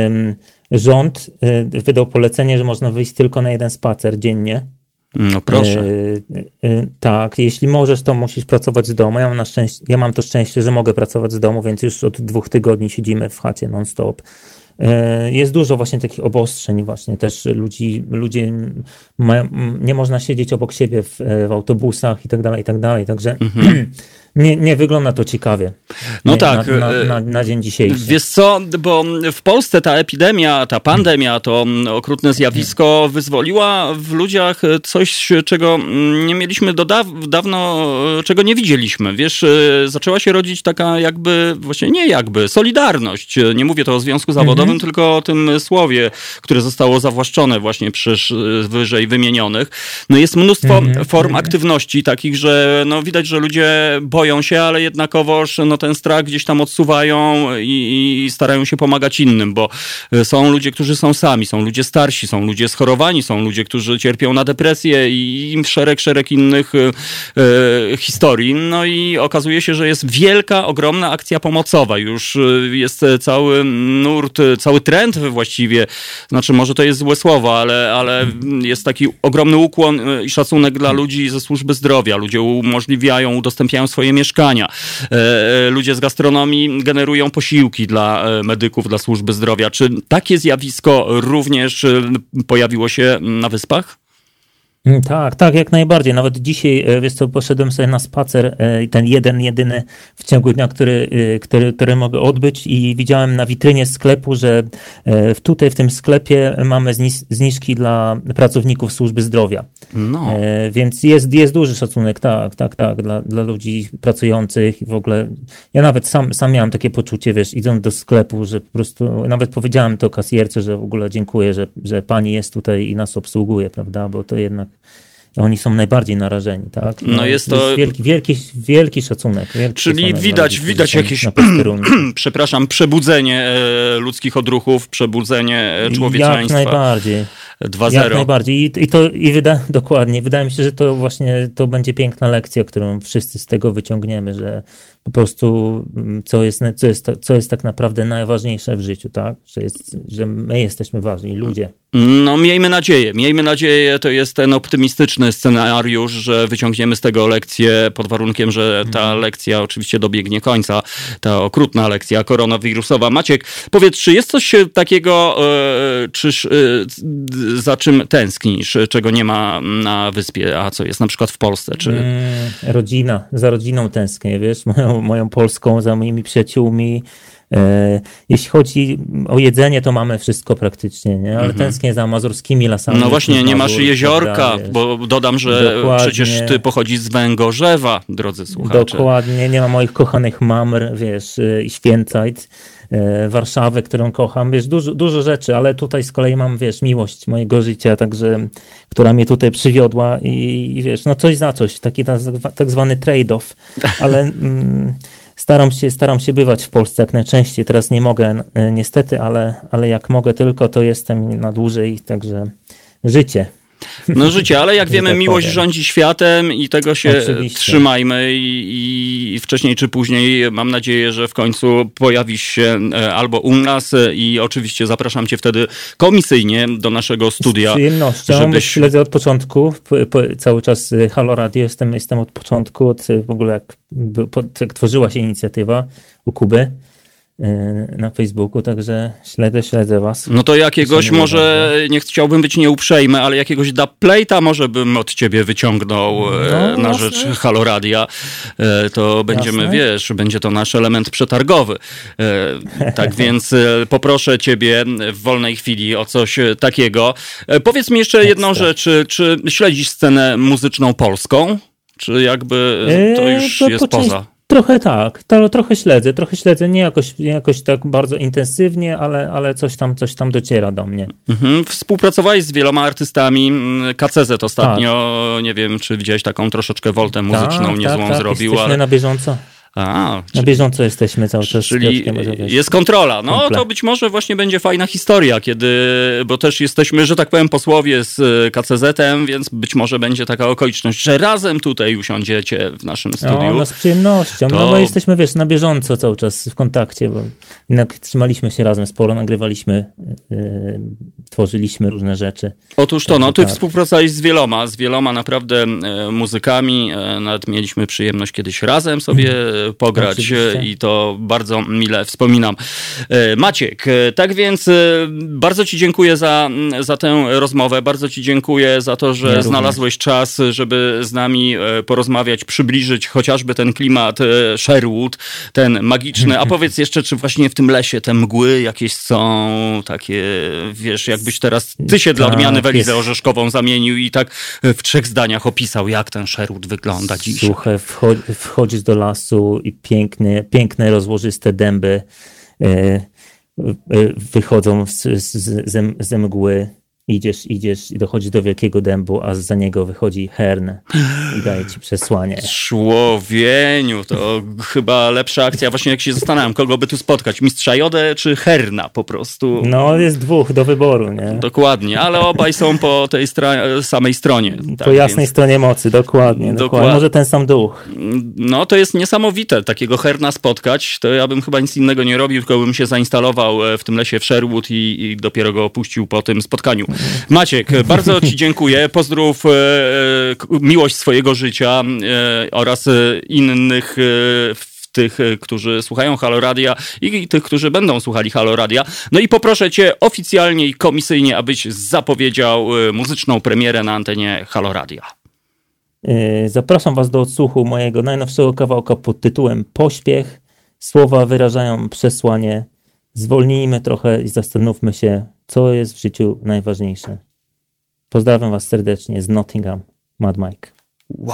Y, rząd y, wydał polecenie, że można wyjść tylko na jeden spacer dziennie. No proszę. Y, y, tak, jeśli możesz, to musisz pracować z domu. Ja mam, na szczęście, ja mam to szczęście, że mogę pracować z domu, więc już od dwóch tygodni siedzimy w chacie non-stop. Jest dużo właśnie takich obostrzeń właśnie też ludzi, ludzie mają, nie można siedzieć obok siebie w, w autobusach i tak dalej, i tak dalej, także mhm. nie, nie wygląda to ciekawie. No nie, tak. Na, na, na, na dzień dzisiejszy. Wiesz co, bo w Polsce ta epidemia, ta pandemia, to okrutne zjawisko wyzwoliła w ludziach coś, czego nie mieliśmy do daw- dawno, czego nie widzieliśmy. Wiesz, zaczęła się rodzić taka jakby, właśnie nie jakby, solidarność. Nie mówię to o związku zawodowym, mhm. tylko o tym słowie, które zostało zawłaszczone właśnie przez wyżej wymienionych. No jest mnóstwo mhm. form aktywności takich, że no widać, że ludzie boją się, ale jednakowoż no ten strach gdzieś tam odsuwają i, i starają się pomagać innym, bo są ludzie, którzy są sami, są ludzie starsi, są ludzie schorowani, są ludzie, którzy cierpią na depresję i, i szereg, szereg innych e, historii. No i okazuje się, że jest wielka, ogromna akcja pomocowa. Już jest cały nurt cały trend właściwie, znaczy może to jest złe słowo, ale, ale jest taki ogromny ukłon i szacunek dla ludzi ze służby zdrowia. Ludzie umożliwiają, udostępniają swoje mieszkania. Ludzie z gastronomii generują posiłki dla medyków, dla służby zdrowia. Czy takie zjawisko również pojawiło się na Wyspach? Tak, tak, jak najbardziej. Nawet dzisiaj, wiesz co, poszedłem sobie na spacer, ten jeden, jedyny w ciągu dnia, który, który, który mogę odbyć i widziałem na witrynie sklepu, że tutaj w tym sklepie mamy zniżki dla pracowników służby zdrowia. No. Więc jest, jest duży szacunek, tak, tak, tak, dla, dla ludzi pracujących i w ogóle. Ja nawet sam, sam miałem takie poczucie, wiesz, idąc do sklepu, że po prostu, nawet powiedziałem to kasjerce, że w ogóle dziękuję, że, że pani jest tutaj i nas obsługuje, prawda, bo to jednak oni są najbardziej narażeni, tak? No, no jest to jest wielki, wielki, wielki szacunek. Wielki Czyli szacunek widać, ludzi, widać jakieś, przepraszam, przebudzenie e, ludzkich odruchów, przebudzenie człowieczeństwa. Jak najbardziej. dwa zero. Jak najbardziej. I, i to, i wyda, dokładnie. Wydaje mi się, że to właśnie to będzie piękna lekcja, którą wszyscy z tego wyciągniemy, że po prostu co jest, co jest, co jest tak naprawdę najważniejsze w życiu, tak? Że, jest, że my jesteśmy ważni, ludzie. No miejmy nadzieję, miejmy nadzieję, to jest ten optymistyczny scenariusz, że wyciągniemy z tego lekcję pod warunkiem, że ta lekcja oczywiście dobiegnie końca, ta okrutna lekcja koronawirusowa. Maciek, powiedz, czy jest coś takiego, czyż, za czym tęsknisz, czego nie ma na wyspie, a co jest na przykład w Polsce? Czy... Mm, rodzina, za rodziną tęsknię, wiesz, moją, moją Polską, za moimi przyjaciółmi. Jeśli chodzi o jedzenie, to mamy wszystko praktycznie, nie? Ale mm-hmm. tęsknię za mazurskimi lasami. No właśnie, nie masz jeziorka, bo dodam, że dokładnie. Przecież ty pochodzisz z Węgorzewa, drodzy słuchacze. Dokładnie, nie ma moich kochanych mamr, wiesz, i Święcajt, Warszawę, którą kocham, wiesz, dużo, dużo rzeczy, ale tutaj z kolei mam, wiesz, miłość mojego życia, także, która mnie tutaj przywiodła i, i wiesz, no coś za coś, taki tak, tak zwany trade-off, ale... Mm, Staram się, staram się bywać w Polsce jak najczęściej. Teraz nie mogę niestety, ale, ale jak mogę tylko, to jestem na dłużej, także życie. No życie, ale jak wiemy, tak miłość powiem. Rządzi światem i tego się Oczywiście. Trzymajmy i, i wcześniej czy później mam nadzieję, że w końcu pojawisz się albo u nas i oczywiście zapraszam cię wtedy komisyjnie do naszego studia. Z przyjemnością, żebyś... śledzę od początku, po, po, cały czas Halo Radio, jestem, jestem od początku, od w ogóle jak, jak tworzyła się inicjatywa u Kuby na Facebooku, także śledzę, śledzę was. No to jakiegoś może, nie chciałbym być nieuprzejmy, ale jakiegoś dubplate'a może bym od ciebie wyciągnął no, na jasne. Rzecz Halo Radia. To będziemy, jasne. Wiesz, będzie to nasz element przetargowy. Tak więc poproszę ciebie w wolnej chwili o coś takiego. Powiedz mi jeszcze jedną rzecz, czy, czy śledzisz scenę muzyczną polską? Czy jakby to już eee, to jest poza... Trochę tak, to, trochę śledzę, trochę śledzę, nie jakoś, nie jakoś tak bardzo intensywnie, ale, ale coś tam, coś tam dociera do mnie. Mhm. Współpracowałeś z wieloma artystami, K C Z ostatnio, tak. Nie wiem, czy widziałeś taką troszeczkę woltę muzyczną, tak, niezłą tak, zrobił, jesteśmy ale... na bieżąco. A, na bieżąco jesteśmy cały czas. Czyli jest kontrola. No Komple. To być może właśnie będzie fajna historia, kiedy, bo też jesteśmy, że tak powiem, posłowie z K C Z-em, więc być może będzie taka okoliczność, że razem tutaj usiądziecie w naszym studiu. No, z przyjemnością. To... No bo jesteśmy, wiesz, na bieżąco cały czas w kontakcie, bo jednak trzymaliśmy się razem sporo, nagrywaliśmy, yy, tworzyliśmy różne rzeczy. Otóż to, no ty tak. Współpracowałeś z wieloma, z wieloma naprawdę e, muzykami, e, nawet mieliśmy przyjemność kiedyś razem sobie pograć Oczywiście. I to bardzo mile wspominam. Maciek, tak więc bardzo ci dziękuję za, za tę rozmowę, bardzo ci dziękuję za to, że ja znalazłeś czas, żeby z nami porozmawiać, przybliżyć chociażby ten klimat Sherwood, ten magiczny, a powiedz jeszcze, czy właśnie w tym lesie te mgły jakieś są takie, wiesz, jakbyś teraz ty się dla odmiany w Elizę Orzeszkową zamienił i tak w trzech zdaniach opisał, jak ten Sherwood wygląda dziś. Słuchaj, wchodzisz do lasu i piękne, piękne rozłożyste dęby e, e, wychodzą z, z, ze, ze mgły Idziesz, idziesz i dochodzisz do wielkiego dębu, a za niego wychodzi hern i daje ci przesłanie. Człowieniu, to chyba lepsza akcja. Właśnie jak się zastanawiam, kogo by tu spotkać, mistrza Jodę czy herna po prostu. No jest dwóch do wyboru, nie? Dokładnie, ale obaj są po tej stra- samej stronie. Po tak, jasnej więc... stronie mocy, dokładnie, dokładnie. Dokładnie. Może ten sam duch. No to jest niesamowite, takiego herna spotkać, to ja bym chyba nic innego nie robił, tylko bym się zainstalował w tym lesie w Sherwood i, i dopiero go opuścił po tym spotkaniu. Maciek, bardzo ci dziękuję, pozdrów e, miłość swojego życia e, oraz innych e, tych, którzy słuchają Halo Radia i tych, którzy będą słuchali Halo Radia. No i poproszę cię oficjalnie i komisyjnie, abyś zapowiedział muzyczną premierę na antenie Halo Radia. Zapraszam was do odsłuchu mojego najnowszego kawałka pod tytułem Pośpiech. Słowa wyrażają przesłanie. Zwolnijmy trochę i zastanówmy się, co jest w życiu najważniejsze. Pozdrawiam was serdecznie z Nottingham. Mad Mike. Wow.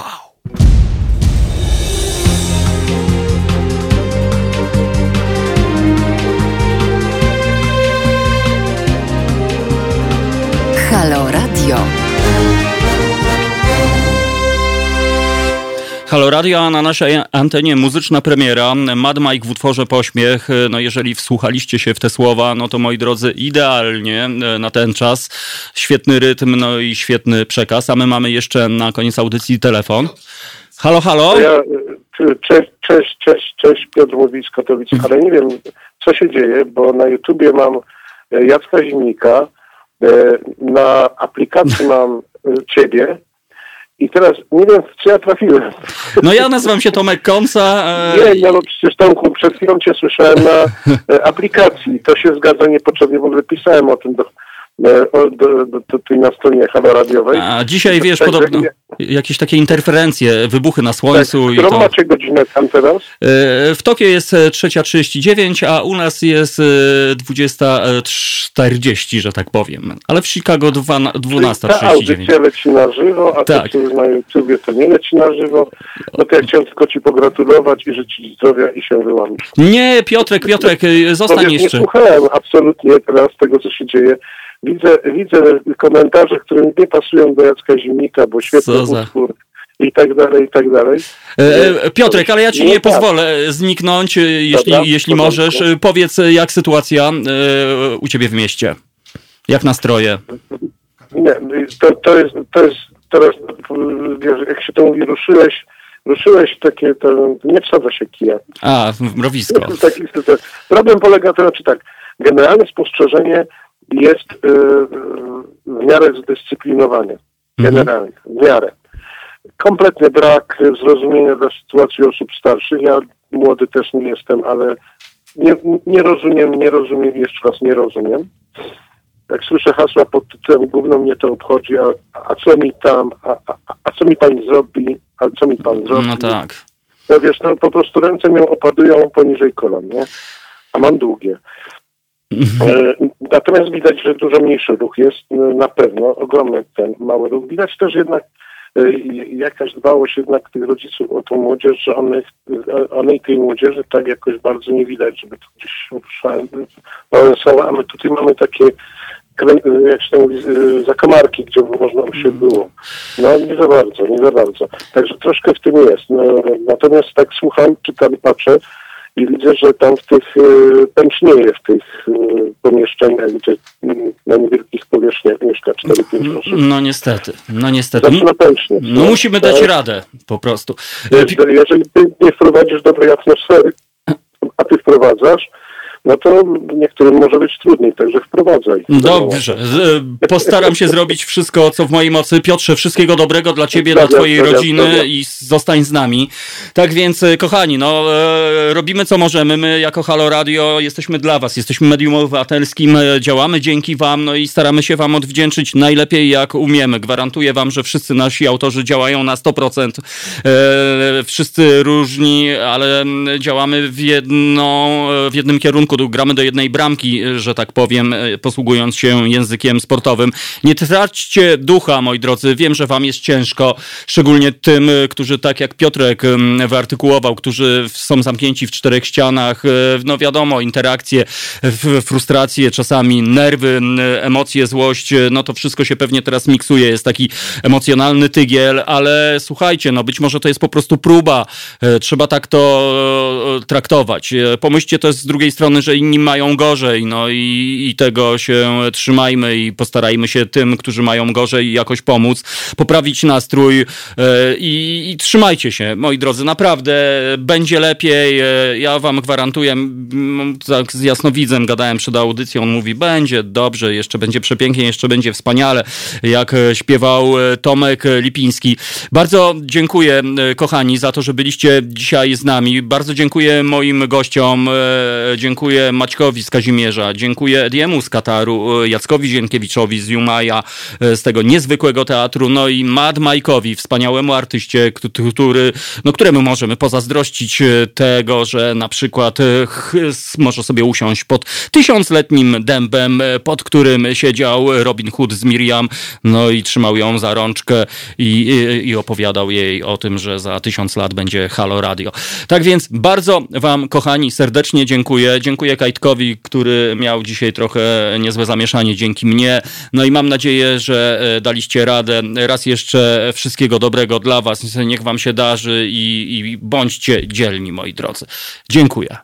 Halo Radio. Halo Radio, a na naszej antenie muzyczna premiera. Mad Mike w utworze Pośpiech. No jeżeli wsłuchaliście się w te słowa, no to moi drodzy, idealnie na ten czas. Świetny rytm, no i świetny przekaz. A my mamy jeszcze na koniec audycji telefon. Halo, halo? Ja, cześć, cześć, cześć, cześć, Piotr mówi z Katowic, ale nie wiem, co się dzieje, bo na YouTubie mam Jacka Zimnika, na aplikacji mam ciebie i teraz nie wiem, czy ja trafiłem. No ja nazywam się Tomek Kąsa. E... Nie, no przecież Tomku, przed chwilą cię słyszałem na aplikacji. To się zgadza niepotrzebnie, w ogóle pisałem o tym do, do, do, do, do tej na stronie Halo Radiowej. A dzisiaj wiesz, tak, podobno nie... jakieś takie interferencje, wybuchy na słońcu. Tak, którą i to... macie godzinę tam teraz? W Tokio jest trzecia trzydzieści dziewięć, a u nas jest dwudziesta czterdzieści, że tak powiem. Ale w Chicago dwunasta trzydzieści dziewięć. Ta audycja leci na żywo, a tak. to, co na YouTubie, to nie leci na żywo. No to ja chciałem tylko ci pogratulować i życzyć zdrowia i się wyłamić. Nie, Piotrek, Piotrek, zostań no, jeszcze. Nie słuchałem absolutnie teraz tego, co się dzieje. Widzę, widzę komentarze, które nie pasują do Jacka Zimnika, bo świetny utwór i tak dalej, i tak dalej. E, Piotrek, ale ja ci nie, nie pozwolę zniknąć, jeśli, Dobra, jeśli możesz. Powiedz, jak sytuacja e, u ciebie w mieście? Jak nastroje? Nie, to, to jest, to jest teraz, wiesz, jak się to mówi, ruszyłeś, ruszyłeś takie, to nie wsadza się kija. A, w mrowisko. Taki, problem polega na tym, czy tak, generalne spostrzeżenie jest y, w miarę zdyscyplinowania. Generalnie, w miarę. Kompletny brak zrozumienia dla sytuacji osób starszych. Ja młody też nie jestem, ale nie, nie rozumiem, nie rozumiem, jeszcze raz nie rozumiem. Jak słyszę hasła pod tytułem gówno mnie to obchodzi, a, a co mi tam, a, a, a co mi pan zrobi, a co mi pan zrobi. No tak. No wiesz, no po prostu ręce mi opadują poniżej kolan, nie? A mam długie. Natomiast widać, że dużo mniejszy ruch jest, na pewno ogromny ten mały ruch. Widać też jednak jakaś dbałość jednak tych rodziców o tą młodzież, że one, one i tej młodzieży tak jakoś bardzo nie widać, żeby to gdzieś balansowało, a my tutaj mamy takie, jak się to mówi, zakamarki, gdzie można by się było. No nie za bardzo, nie za bardzo. Także troszkę w tym jest. No, natomiast tak słucham, czytam, patrzę, i widzę, że tam w tych y, pęcznieje w tych y, pomieszczeniach, gdzie y, na niewielkich powierzchniach mieszka cztery pięć osób. No niestety, no niestety. Zaczyna pęcznieć. No, no musimy dać tak radę, po prostu. Jeżeli, jeżeli ty nie wprowadzisz dobrej atmosfery, a ty wprowadzasz, no to niektórym może być trudniej, także wprowadzaj. Dobrze. Postaram się zrobić wszystko, co w mojej mocy. Piotrze, wszystkiego dobrego dla ciebie, zdrowia, dla twojej zdrowia, rodziny zdrowia. I zostań z nami. Tak więc, kochani, no robimy co możemy. My jako Halo Radio jesteśmy dla was, jesteśmy medium obywatelskim, działamy dzięki wam, no i staramy się wam odwdzięczyć najlepiej jak umiemy. Gwarantuję wam, że wszyscy nasi autorzy działają na sto procent. Wszyscy różni, ale działamy w, jedną, w jednym kierunku. samochodu, gramy do jednej bramki, że tak powiem, posługując się językiem sportowym. Nie traćcie ducha, moi drodzy. Wiem, że wam jest ciężko, szczególnie tym, którzy tak jak Piotrek wyartykułował, którzy są zamknięci w czterech ścianach. No wiadomo, interakcje, frustracje, czasami nerwy, emocje, złość, no to wszystko się pewnie teraz miksuje. Jest taki emocjonalny tygiel, ale słuchajcie, no być może to jest po prostu próba. Trzeba tak to traktować. Pomyślcie też z drugiej strony, że inni mają gorzej, no i, i tego się trzymajmy i postarajmy się tym, którzy mają gorzej, jakoś pomóc, poprawić nastrój i, i trzymajcie się, moi drodzy, naprawdę będzie lepiej. Ja wam gwarantuję, tak z jasnowidzem gadałem przed audycją, on mówi, będzie dobrze, jeszcze będzie przepięknie, jeszcze będzie wspaniale, jak śpiewał Tomek Lipiński. Bardzo dziękuję, kochani, za to, że byliście dzisiaj z nami. Bardzo dziękuję moim gościom. Dziękuję Maćkowi z Kazimierza. Dziękuję Ediemu z Kataru, Jackowi Zienkiewiczowi z Jumaja, z tego niezwykłego teatru, no i Mad Mike'owi, wspaniałemu artyście, który, no, któremu możemy pozazdrościć tego, że na przykład może sobie usiąść pod tysiącletnim dębem, pod którym siedział Robin Hood z Miriam, no i trzymał ją za rączkę i, i, i opowiadał jej o tym, że za tysiąc lat będzie Halo Radio. Tak więc bardzo wam, kochani, serdecznie dziękuję. Dziękuję Kajtkowi, który miał dzisiaj trochę niezłe zamieszanie dzięki mnie. No i mam nadzieję, że daliście radę. Raz jeszcze wszystkiego dobrego dla was. Niech wam się darzy i, i bądźcie dzielni, moi drodzy. Dziękuję.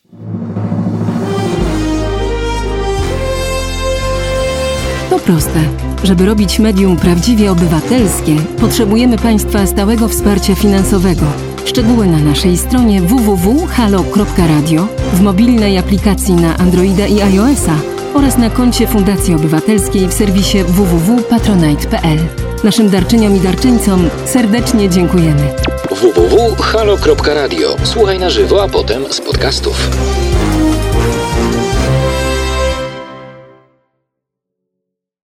To proste. Żeby robić medium prawdziwie obywatelskie, potrzebujemy państwa stałego wsparcia finansowego. Szczegóły na naszej stronie w w w kropka halo kropka radio, w mobilnej aplikacji na Androida i iOS-a oraz na koncie Fundacji Obywatelskiej w serwisie w w w kropka patronite kropka p l. Naszym darczyniom i darczyńcom serdecznie dziękujemy. w w w kropka halo kropka radio. Słuchaj na żywo, a potem z podcastów.